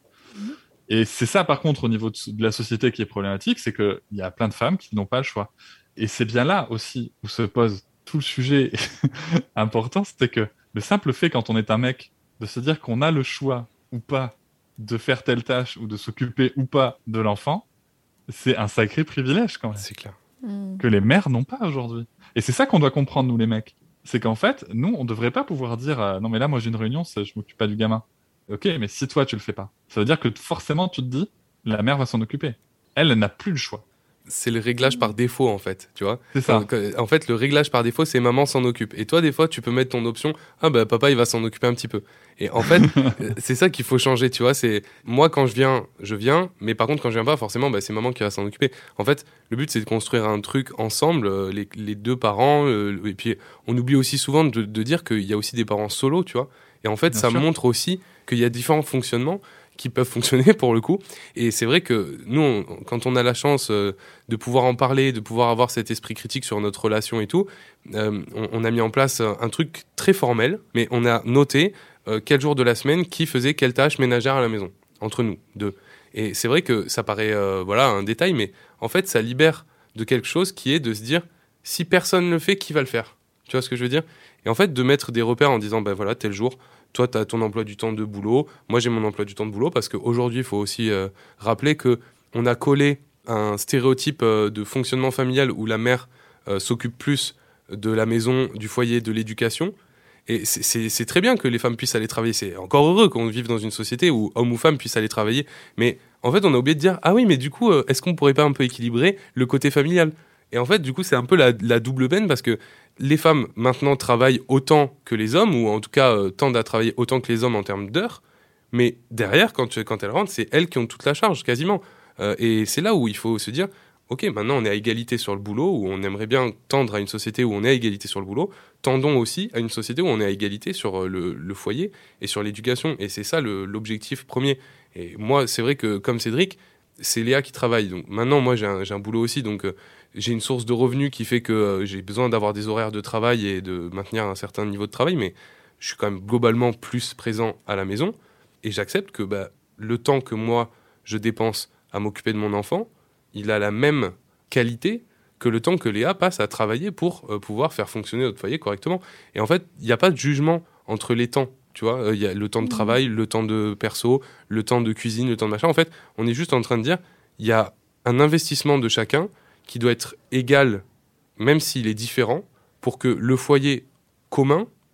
Et c'est ça, par contre, au niveau de, de la société qui est problématique, c'est qu'il y a plein de femmes qui n'ont pas le choix. Et c'est bien là aussi où se pose tout le sujet important, c'est que le simple fait, quand on est un mec, de se dire qu'on a le choix ou pas de faire telle tâche ou de s'occuper ou pas de l'enfant, c'est un sacré privilège quand même, C'est clair. Mm. que les mères n'ont pas aujourd'hui. Et c'est ça qu'on doit comprendre, nous les mecs. C'est qu'en fait, nous, on devrait pas pouvoir dire euh, non mais là, moi j'ai une réunion, ça, je m'occupe pas du gamin. Ok, mais si toi tu le fais pas, ça veut dire que forcément tu te dis la mère va s'en occuper. Elle, elle n'a plus le choix. C'est le réglage par défaut, en fait, tu vois. C'est ça. Enfin, que- en fait, le réglage par défaut, c'est maman s'en occupe. Et toi, des fois, tu peux mettre ton option, ah bah papa, il va s'en occuper un petit peu. Et en fait, euh, c'est ça qu'il faut changer, tu vois. C'est moi, quand je viens, je viens, mais par contre, quand je viens pas, forcément, bah, c'est maman qui va s'en occuper. En fait, le but, c'est de construire un truc ensemble, euh, les, les deux parents. euh, et puis, on oublie aussi souvent de, de dire qu'il y a aussi des parents solo, tu vois. Et en fait, Bien ça sûr. montre aussi qu'il y a différents fonctionnements qui peuvent fonctionner pour le coup. Et c'est vrai que nous, on- quand on a la chance euh, de pouvoir en parler, de pouvoir avoir cet esprit critique sur notre relation et tout, euh, on, on a mis en place un, un truc très formel, mais on a noté euh, quel jour de la semaine qui faisait quelle tâche ménagère à la maison, entre nous deux. Et c'est vrai que ça paraît euh, voilà, un détail, mais en fait, ça libère de quelque chose qui est de se dire, si personne ne le fait, qui va le faire? Tu vois ce que je veux dire? Et en fait, de mettre des repères en disant, ben voilà, tel jour, toi, tu as ton emploi du temps de boulot, moi j'ai mon emploi du temps de boulot, parce qu'aujourd'hui, il faut aussi euh, rappeler qu'on a collé un stéréotype euh, de fonctionnement familial où la mère euh, s'occupe plus de la maison, du foyer, de l'éducation. Et c'est- c'est c'est très bien que les femmes puissent aller travailler. C'est encore heureux qu'on vive dans une société où homme ou femme puissent aller travailler. Mais en fait, on a oublié de dire, ah oui, mais du coup, euh, est-ce qu'on pourrait pas un peu équilibrer le côté familial? Et en fait, du coup, c'est un peu la, la double peine parce que les femmes maintenant travaillent autant que les hommes, ou en tout cas euh, tendent à travailler autant que les hommes en termes d'heures. Mais derrière, quand, tu- quand elles rentrent, c'est elles qui ont toute la charge, quasiment. Euh, et c'est là où il faut se dire, ok, maintenant on est à égalité sur le boulot, où on aimerait bien tendre à une société où on est à égalité sur le boulot. Tendons aussi à une société où on est à égalité sur euh, le, le foyer et sur l'éducation. Et c'est ça le- l'objectif premier. Et moi, c'est vrai que comme Cédric, c'est Léa qui travaille. Donc maintenant, moi, j'ai un, j'ai un boulot aussi. Donc, euh, j'ai une source de revenus qui fait que euh, j'ai besoin d'avoir des horaires de travail et de maintenir un certain niveau de travail. Mais je suis quand même globalement plus présent à la maison. Et j'accepte que bah, le temps que moi, je dépense à m'occuper de mon enfant, il a la même qualité que le temps que Léa passe à travailler pour euh, pouvoir faire fonctionner notre foyer correctement. Et en fait, il n'y a pas de jugement entre les temps. Tu vois, il y a le temps de travail, le temps de perso, le temps de cuisine, le temps de machin. En fait, on est juste en train de dire, il y a un investissement de chacun qui doit être égal, même s'il est différent, pour que le foyer commun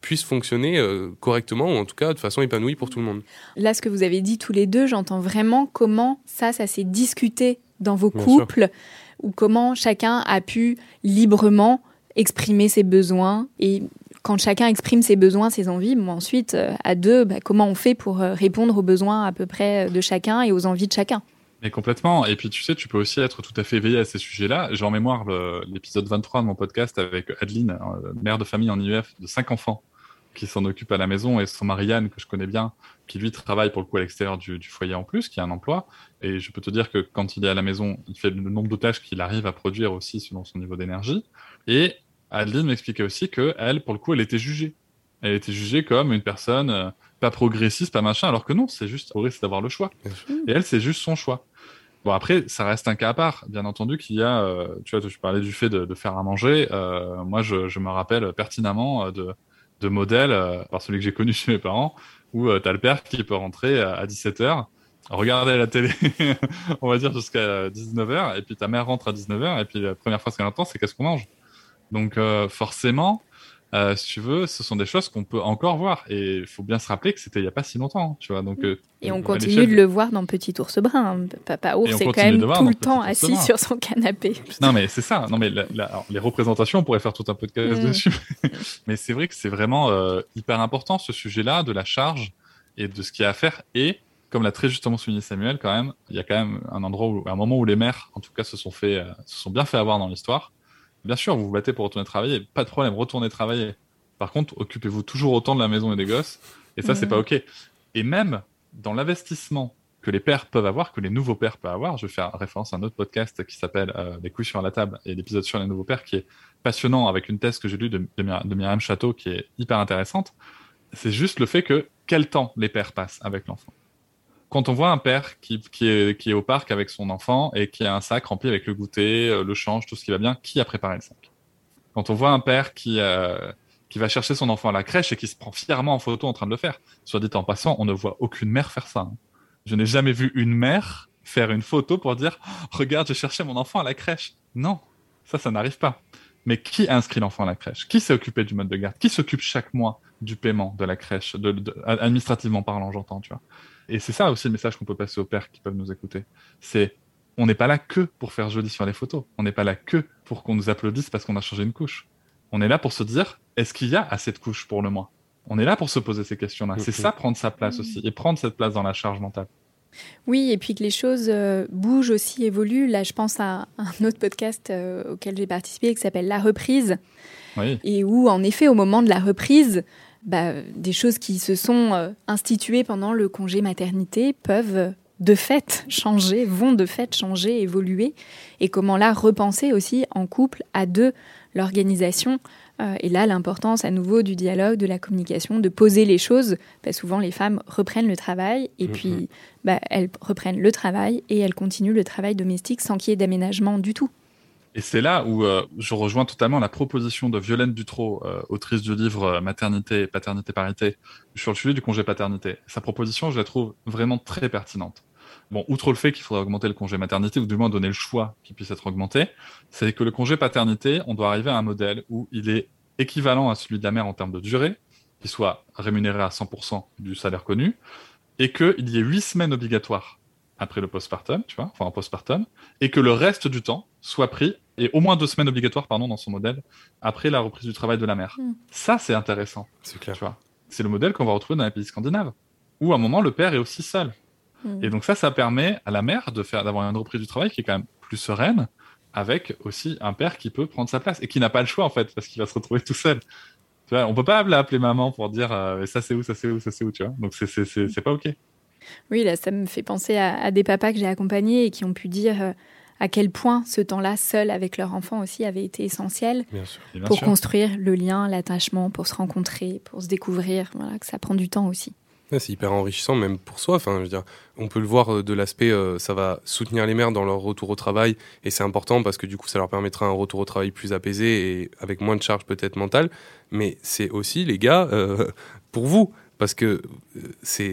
puisse fonctionner euh, correctement ou en tout cas de façon épanouie pour tout le monde. Là, ce que vous avez dit tous les deux, j'entends vraiment comment ça, ça s'est discuté dans vos Bien couples, ou comment chacun a pu librement exprimer ses besoins. Et quand chacun exprime ses besoins, ses envies, bon, ensuite, euh, à deux, bah, comment on fait pour euh, répondre aux besoins à peu près de chacun et aux envies de chacun. Mais complètement. Et puis, tu sais, tu peux aussi être tout à fait éveillé à ces sujets-là. J'ai en mémoire le, l'épisode vingt-trois de mon podcast avec Adeline, mère de famille en I E F de cinq enfants, qui s'en occupe à la maison, et son mari Yann, que je connais bien, qui lui travaille pour le coup à l'extérieur du, du foyer en plus, qui a un emploi. Et je peux te dire que quand il est à la maison, il fait le nombre de tâches qu'il arrive à produire aussi selon son niveau d'énergie. Et Adeline m'expliquait aussi que elle, pour le coup, elle était jugée. Elle était jugée comme une personne euh, pas progressiste, pas machin, alors que non, c'est juste progressiste d'avoir le choix. Et elle, c'est juste son choix. Bon, après, ça reste un cas à part. Bien entendu qu'il y a, euh, tu vois, tu parlais du fait de, de faire à manger. Euh, moi, je, je me rappelle pertinemment de, de modèles, euh, par celui que j'ai connu chez mes parents, où euh, t'as le père qui peut rentrer à dix-sept heures, regarder la télé, on va dire jusqu'à dix-neuf heures, et puis ta mère rentre à dix-neuf heures, et puis la première phrase qu'elle entend, c'est qu'est-ce qu'on mange. Donc, euh, forcément, Euh, si tu veux, ce sont des choses qu'on peut encore voir. Et il faut bien se rappeler que c'était il n'y a pas si longtemps. Tu vois, donc, euh, et on continue de le voir dans Petit Ours Brun. Papa Ours est quand même tout le temps assis sur son canapé. Non, mais c'est ça. Non, mais la, la, alors, les représentations, on pourrait faire tout un podcast mmh. dessus. Mais c'est vrai que c'est vraiment euh, hyper important, ce sujet-là, de la charge et de ce qu'il y a à faire. Et, comme l'a très justement souligné Samuel, quand même, il y a quand même un endroit où, un moment où les mères, en tout cas, se sont, fait, euh, se sont bien fait avoir dans l'histoire. Bien sûr, vous vous battez pour retourner travailler, pas de problème, retournez travailler. Par contre, occupez-vous toujours autant de la maison et des gosses, et ça, mmh. c'est pas OK. Et même dans l'investissement que les pères peuvent avoir, que les nouveaux pères peuvent avoir, je vais faire référence à un autre podcast qui s'appelle euh, « Les couilles sur la table » et l'épisode sur les nouveaux pères qui est passionnant, avec une thèse que j'ai lue de, de, Myr- de Myriam Château qui est hyper intéressante. C'est juste le fait que quel temps les pères passent avec l'enfant. Quand on voit un père qui, qui, est, qui est au parc avec son enfant et qui a un sac rempli avec le goûter, le change, tout ce qui va bien, qui a préparé le sac? Quand on voit un père qui, euh, qui va chercher son enfant à la crèche et qui se prend fièrement en photo en train de le faire, soit dit en passant, on ne voit aucune mère faire ça. Hein. Je n'ai jamais vu une mère faire une photo pour dire oh, « Regarde, j'ai cherché mon enfant à la crèche ». Non, ça, ça n'arrive pas. Mais qui a inscrit l'enfant à la crèche? Qui s'est occupé du mode de garde? Qui s'occupe chaque mois du paiement de la crèche, de, de, administrativement parlant, j'entends, tu vois. Et c'est ça aussi le message qu'on peut passer aux pères qui peuvent nous écouter. C'est, on n'est pas là que pour faire joli sur les photos. On n'est pas là que pour qu'on nous applaudisse parce qu'on a changé une couche. On est là pour se dire, est-ce qu'il y a assez de couches pour le mois? On est là pour se poser ces questions-là. C'est ça, prendre sa place aussi, et prendre cette place dans la charge mentale. Oui, et puis que les choses euh, bougent aussi, évoluent. Là, je pense à un autre podcast euh, auquel j'ai participé qui s'appelle « La reprise oui. ». Et où, en effet, au moment de la reprise, bah, des choses qui se sont euh, instituées pendant le congé maternité peuvent euh, de fait changer, vont de fait changer, évoluer. Et comment là, repenser aussi en couple, à deux, l'organisation. Euh, et là, l'importance à nouveau du dialogue, de la communication, de poser les choses. Bah, souvent, les femmes reprennent le travail et mmh. puis bah, elles reprennent le travail et elles continuent le travail domestique sans qu'il y ait d'aménagement du tout. Et c'est là où euh, je rejoins totalement la proposition de Violaine Dutrot, euh, autrice du livre euh, Maternité, Paternité, Parité, sur le sujet du congé paternité. Sa proposition, je la trouve vraiment très pertinente. Bon, outre le fait qu'il faudrait augmenter le congé maternité, ou du moins donner le choix qu'il puisse être augmenté, c'est que le congé paternité, on doit arriver à un modèle où il est équivalent à celui de la mère en termes de durée, qu'il soit rémunéré à cent pour cent du salaire connu, et qu'il y ait huit semaines obligatoires après le postpartum, tu vois, enfin en postpartum, et que le reste du temps soit pris, et au moins deux semaines obligatoires, pardon, dans son modèle, après la reprise du travail de la mère. Mmh. Ça, c'est intéressant. C'est clair. Tu vois. C'est le modèle qu'on va retrouver dans les pays scandinaves, où à un moment, le père est aussi seul. Mmh. Et donc ça, ça permet à la mère de faire, d'avoir une reprise du travail qui est quand même plus sereine, avec aussi un père qui peut prendre sa place, et qui n'a pas le choix, en fait, parce qu'il va se retrouver tout seul. Tu vois, on peut pas appeler, appeler maman pour dire euh, ça c'est où, ça c'est où, ça c'est où, tu vois. Donc c'est, c'est, c'est, c'est pas OK. Oui, là, ça me fait penser à, à des papas que j'ai accompagnés et qui ont pu dire euh, à quel point ce temps-là, seul avec leur enfant aussi, avait été essentiel bien sûr. Bien pour sûr. Construire le lien, l'attachement, pour se rencontrer, pour se découvrir, voilà, que ça prend du temps aussi. Ouais, c'est hyper enrichissant, même pour soi. Enfin, je veux dire, on peut le voir de l'aspect, euh, ça va soutenir les mères dans leur retour au travail, et c'est important parce que du coup, ça leur permettra un retour au travail plus apaisé et avec moins de charge peut-être mentale. Mais c'est aussi, les gars, euh, pour vous, parce que c'est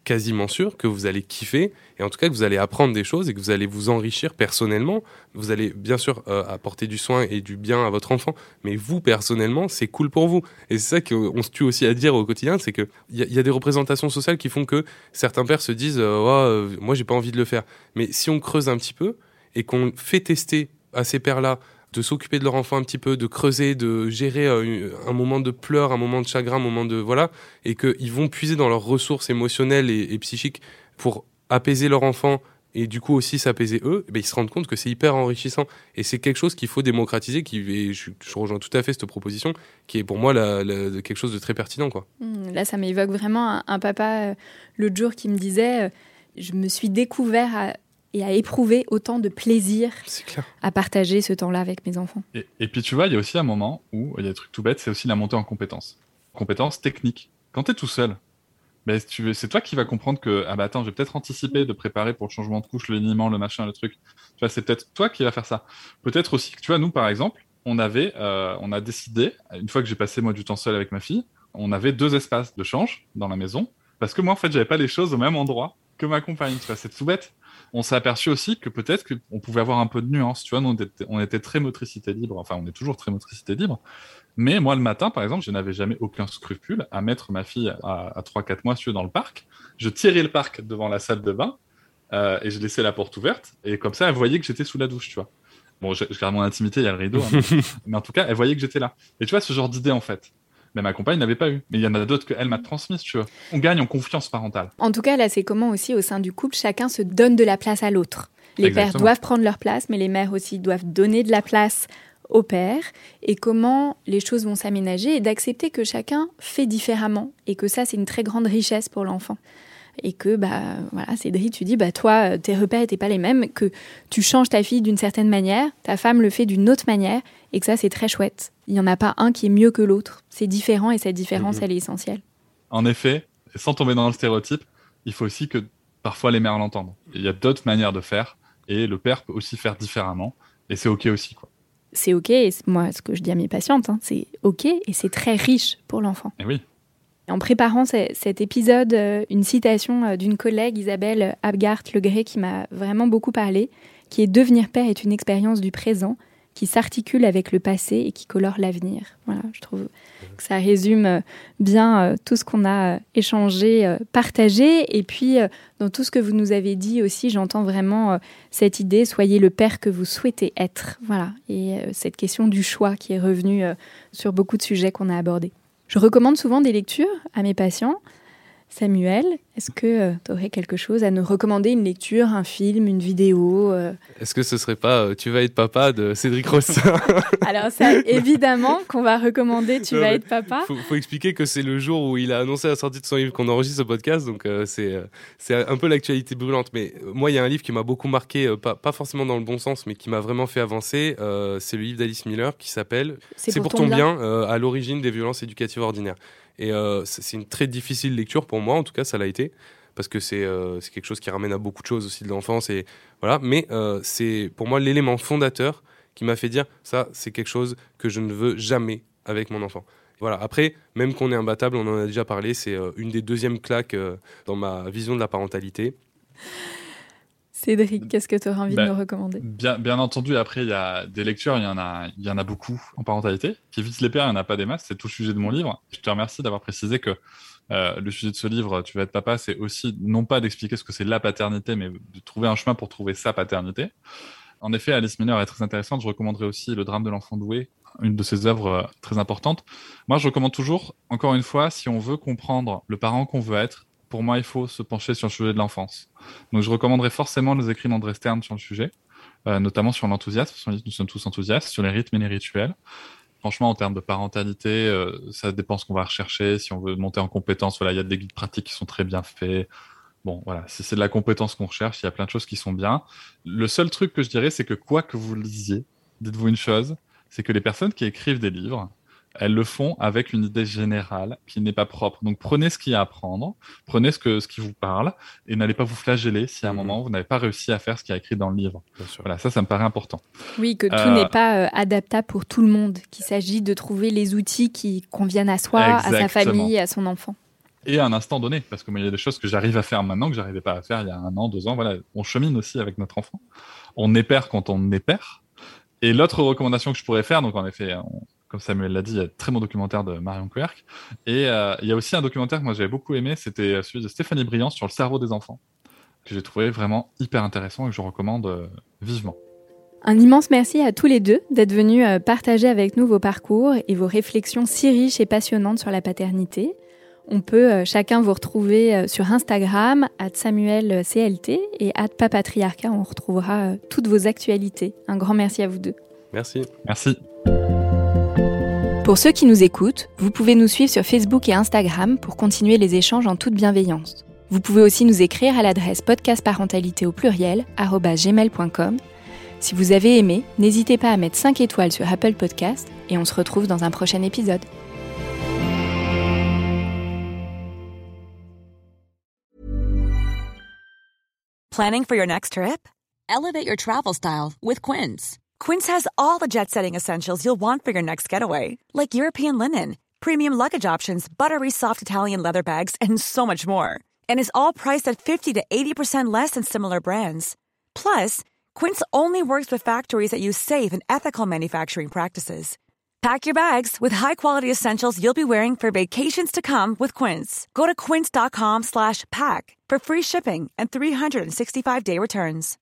quasiment sûr que vous allez kiffer, et en tout cas que vous allez apprendre des choses et que vous allez vous enrichir personnellement. Vous allez bien sûr euh, apporter du soin et du bien à votre enfant, mais vous personnellement, c'est cool pour vous. Et c'est ça qu'on se tue aussi à dire au quotidien, c'est qu'il y, y a des représentations sociales qui font que certains pères se disent euh, oh, euh, moi j'ai pas envie de le faire. Mais si on creuse un petit peu et qu'on fait tester à ces pères-là de s'occuper de leur enfant un petit peu, de creuser, de gérer euh, un moment de pleurs, un moment de chagrin, un moment de... Voilà, et qu'ils vont puiser dans leurs ressources émotionnelles et, et psychiques pour apaiser leur enfant et du coup aussi s'apaiser eux, et bien ils se rendent compte que c'est hyper enrichissant. Et c'est quelque chose qu'il faut démocratiser, qui, et je, je rejoins tout à fait cette proposition, qui est pour moi la, la, quelque chose de très pertinent, quoi. Mmh, là, ça m'évoque vraiment un, un papa euh, l'autre jour qui me disait euh, « Je me suis découvert à... et à éprouver autant de plaisir à partager ce temps-là avec mes enfants. » Et, et puis tu vois, il y a aussi un moment où il y a des trucs tout bêtes, c'est aussi la montée en compétences. Compétences techniques. Quand tu es tout seul, ben, tu veux, c'est toi qui vas comprendre que ah bah attends, je vais peut-être anticiper de préparer pour le changement de couche, le liniment, le machin, le truc. Tu vois, c'est peut-être toi qui vas faire ça. Peut-être aussi que tu vois, nous par exemple, on avait, euh, on a décidé, une fois que j'ai passé moi du temps seul avec ma fille, on avait deux espaces de change dans la maison, parce que moi en fait, j'avais pas les choses au même endroit que ma compagne. Tu vois, c'est tout bête. On s'est aperçu aussi que peut-être qu'on pouvait avoir un peu de nuance. Tu vois, nous, on était, on était très motricité libre. Enfin, on est toujours très motricité libre. Mais moi, le matin, par exemple, je n'avais jamais aucun scrupule à mettre ma fille à, à trois quatre mois, si tu veux, dans le parc. Je tirais le parc devant la salle de bain euh, et je laissais la porte ouverte. Et comme ça, elle voyait que j'étais sous la douche, tu vois. Bon, je, je garde mon intimité, il y a le rideau. Hein, mais, mais en tout cas, elle voyait que j'étais là. Et tu vois, ce genre d'idée, en fait. Mais ma compagne n'avait pas eu. Mais il y en a d'autres qu'elle m'a transmises, tu vois. On gagne en confiance parentale. En tout cas, là, c'est comment aussi, au sein du couple, chacun se donne de la place à l'autre. Les Exactement. Pères doivent prendre leur place, mais les mères aussi doivent donner de la place aux pères. Et comment les choses vont s'aménager et d'accepter que chacun fait différemment. Et que ça, c'est une très grande richesse pour l'enfant. Et que, bah, voilà, Cédric, tu dis, bah, toi, tes repères n'étaient pas les mêmes, que tu changes ta fille d'une certaine manière, ta femme le fait d'une autre manière, et que ça, c'est très chouette. Il n'y en a pas un qui est mieux que l'autre. C'est différent, et cette différence, mmh. elle est essentielle. En effet, sans tomber dans le stéréotype, il faut aussi que parfois les mères l'entendent. Il y a d'autres manières de faire, et le père peut aussi faire différemment, et c'est OK aussi, quoi. C'est OK, et moi, ce que je dis à mes patientes, hein, c'est OK, et c'est très riche pour l'enfant. Et oui. En préparant c- cet épisode, euh, une citation euh, d'une collègue, Isabelle Abgart-Legré, qui m'a vraiment beaucoup parlé, qui est « Devenir père est une expérience du présent qui s'articule avec le passé et qui colore l'avenir ». Voilà, je trouve que ça résume euh, bien euh, tout ce qu'on a euh, échangé, euh, partagé. Et puis, euh, dans tout ce que vous nous avez dit aussi, j'entends vraiment euh, cette idée « Soyez le père que vous souhaitez être ». Voilà, et euh, cette question du choix qui est revenue euh, sur beaucoup de sujets qu'on a abordés. Je recommande souvent des lectures à mes patients. Samuel, est-ce que euh, tu aurais quelque chose à nous recommander, une lecture, un film, une vidéo euh... Est-ce que ce serait pas euh, Tu vas être papa de Cédric Rossin? Alors ça, évidemment qu'on va recommander Tu non, vas être papa. Il faut, faut expliquer que c'est le jour où il a annoncé la sortie de son livre qu'on enregistre ce podcast, donc euh, c'est, euh, c'est un peu l'actualité brûlante. Mais euh, moi, il y a un livre qui m'a beaucoup marqué, euh, pas, pas forcément dans le bon sens, mais qui m'a vraiment fait avancer. Euh, c'est le livre d'Alice Miller qui s'appelle « C'est, c'est pour, pour ton bien, bien euh, à l'origine des violences éducatives ordinaires ». Et euh, c'est une très difficile lecture pour moi, en tout cas ça l'a été, parce que c'est, euh, c'est quelque chose qui ramène à beaucoup de choses aussi de l'enfance. Et, voilà. Mais euh, c'est pour moi l'élément fondateur qui m'a fait dire ça, c'est quelque chose que je ne veux jamais avec mon enfant. Voilà. Après, même qu'on est imbattable, on en a déjà parlé, c'est euh, une des deuxièmes claques euh, dans ma vision de la parentalité. Cédric, qu'est-ce que tu auras envie bah, de nous recommander? bien, bien entendu, après, il y a des lectures, il y en a, il y en a beaucoup en parentalité. Qui vite les pères, il n'y en a pas des masses, c'est tout le sujet de mon livre. Je te remercie d'avoir précisé que euh, le sujet de ce livre, Tu vas être papa, c'est aussi non pas d'expliquer ce que c'est la paternité, mais de trouver un chemin pour trouver sa paternité. En effet, Alice Miller est très intéressante. Je recommanderais aussi Le drame de l'enfant doué, une de ses œuvres euh, très importantes. Moi, je recommande toujours, encore une fois, si on veut comprendre le parent qu'on veut être, pour moi, il faut se pencher sur le sujet de l'enfance. Donc, je recommanderais forcément les écrits d'André Stern sur le sujet, euh, notamment sur l'enthousiasme, nous sommes tous enthousiastes, sur les rythmes et les rituels. Franchement, en termes de parentalité, euh, ça dépend ce qu'on va rechercher. Si on veut monter en compétences, voilà, il y a des guides pratiques qui sont très bien faits. Bon, voilà, si c'est de la compétence qu'on recherche, il y a plein de choses qui sont bien. Le seul truc que je dirais, c'est que quoi que vous lisiez, dites-vous une chose, c'est que les personnes qui écrivent des livres, elles le font avec une idée générale qui n'est pas propre. Donc, prenez ce qu'il y a à prendre, prenez ce, que, ce qui vous parle, et n'allez pas vous flageller si à un mmh. moment, vous n'avez pas réussi à faire ce qui est écrit dans le livre. Voilà, ça, ça me paraît important. Oui, que tout euh... n'est pas euh, adaptable pour tout le monde, qu'il s'agit de trouver les outils qui conviennent à soi, Exactement. À sa famille, à son enfant. et à un instant donné, parce qu'il y a des choses que j'arrive à faire maintenant que j'arrivais pas à faire il y a un an, deux ans. Voilà, on chemine aussi avec notre enfant. On est père quand on est père. Et l'autre recommandation que je pourrais faire, donc en effet, on, comme Samuel l'a dit, il y a un très bon documentaire de Marion Querc. Et euh, il y a aussi un documentaire que moi j'avais beaucoup aimé, c'était celui de Stéphanie Briand sur le cerveau des enfants, que j'ai trouvé vraiment hyper intéressant et que je recommande euh, vivement. Un immense merci à tous les deux d'être venus partager avec nous vos parcours et vos réflexions si riches et passionnantes sur la paternité. On peut chacun vous retrouver sur Instagram, arobase samuel c l t et arobase papatriarcat. On retrouvera toutes vos actualités. Un grand merci à vous deux. Merci. Merci. Pour ceux qui nous écoutent, vous pouvez nous suivre sur Facebook et Instagram pour continuer les échanges en toute bienveillance. Vous pouvez aussi nous écrire à l'adresse podcastparentalité au pluriel arobase gmail point com. Si vous avez aimé, n'hésitez pas à mettre cinq étoiles sur Apple Podcasts et on se retrouve dans un prochain épisode. Planning for your next trip? Elevate your travel style with Quince. Quince has all the jet-setting essentials you'll want for your next getaway, like European linen, premium luggage options, buttery soft Italian leather bags, and so much more. And is all priced at fifty to eighty percent less than similar brands. Plus, Quince only works with factories that use safe and ethical manufacturing practices. Pack your bags with high-quality essentials you'll be wearing for vacations to come with Quince. Go to quince dot com slash pack for free shipping and three sixty-five day returns.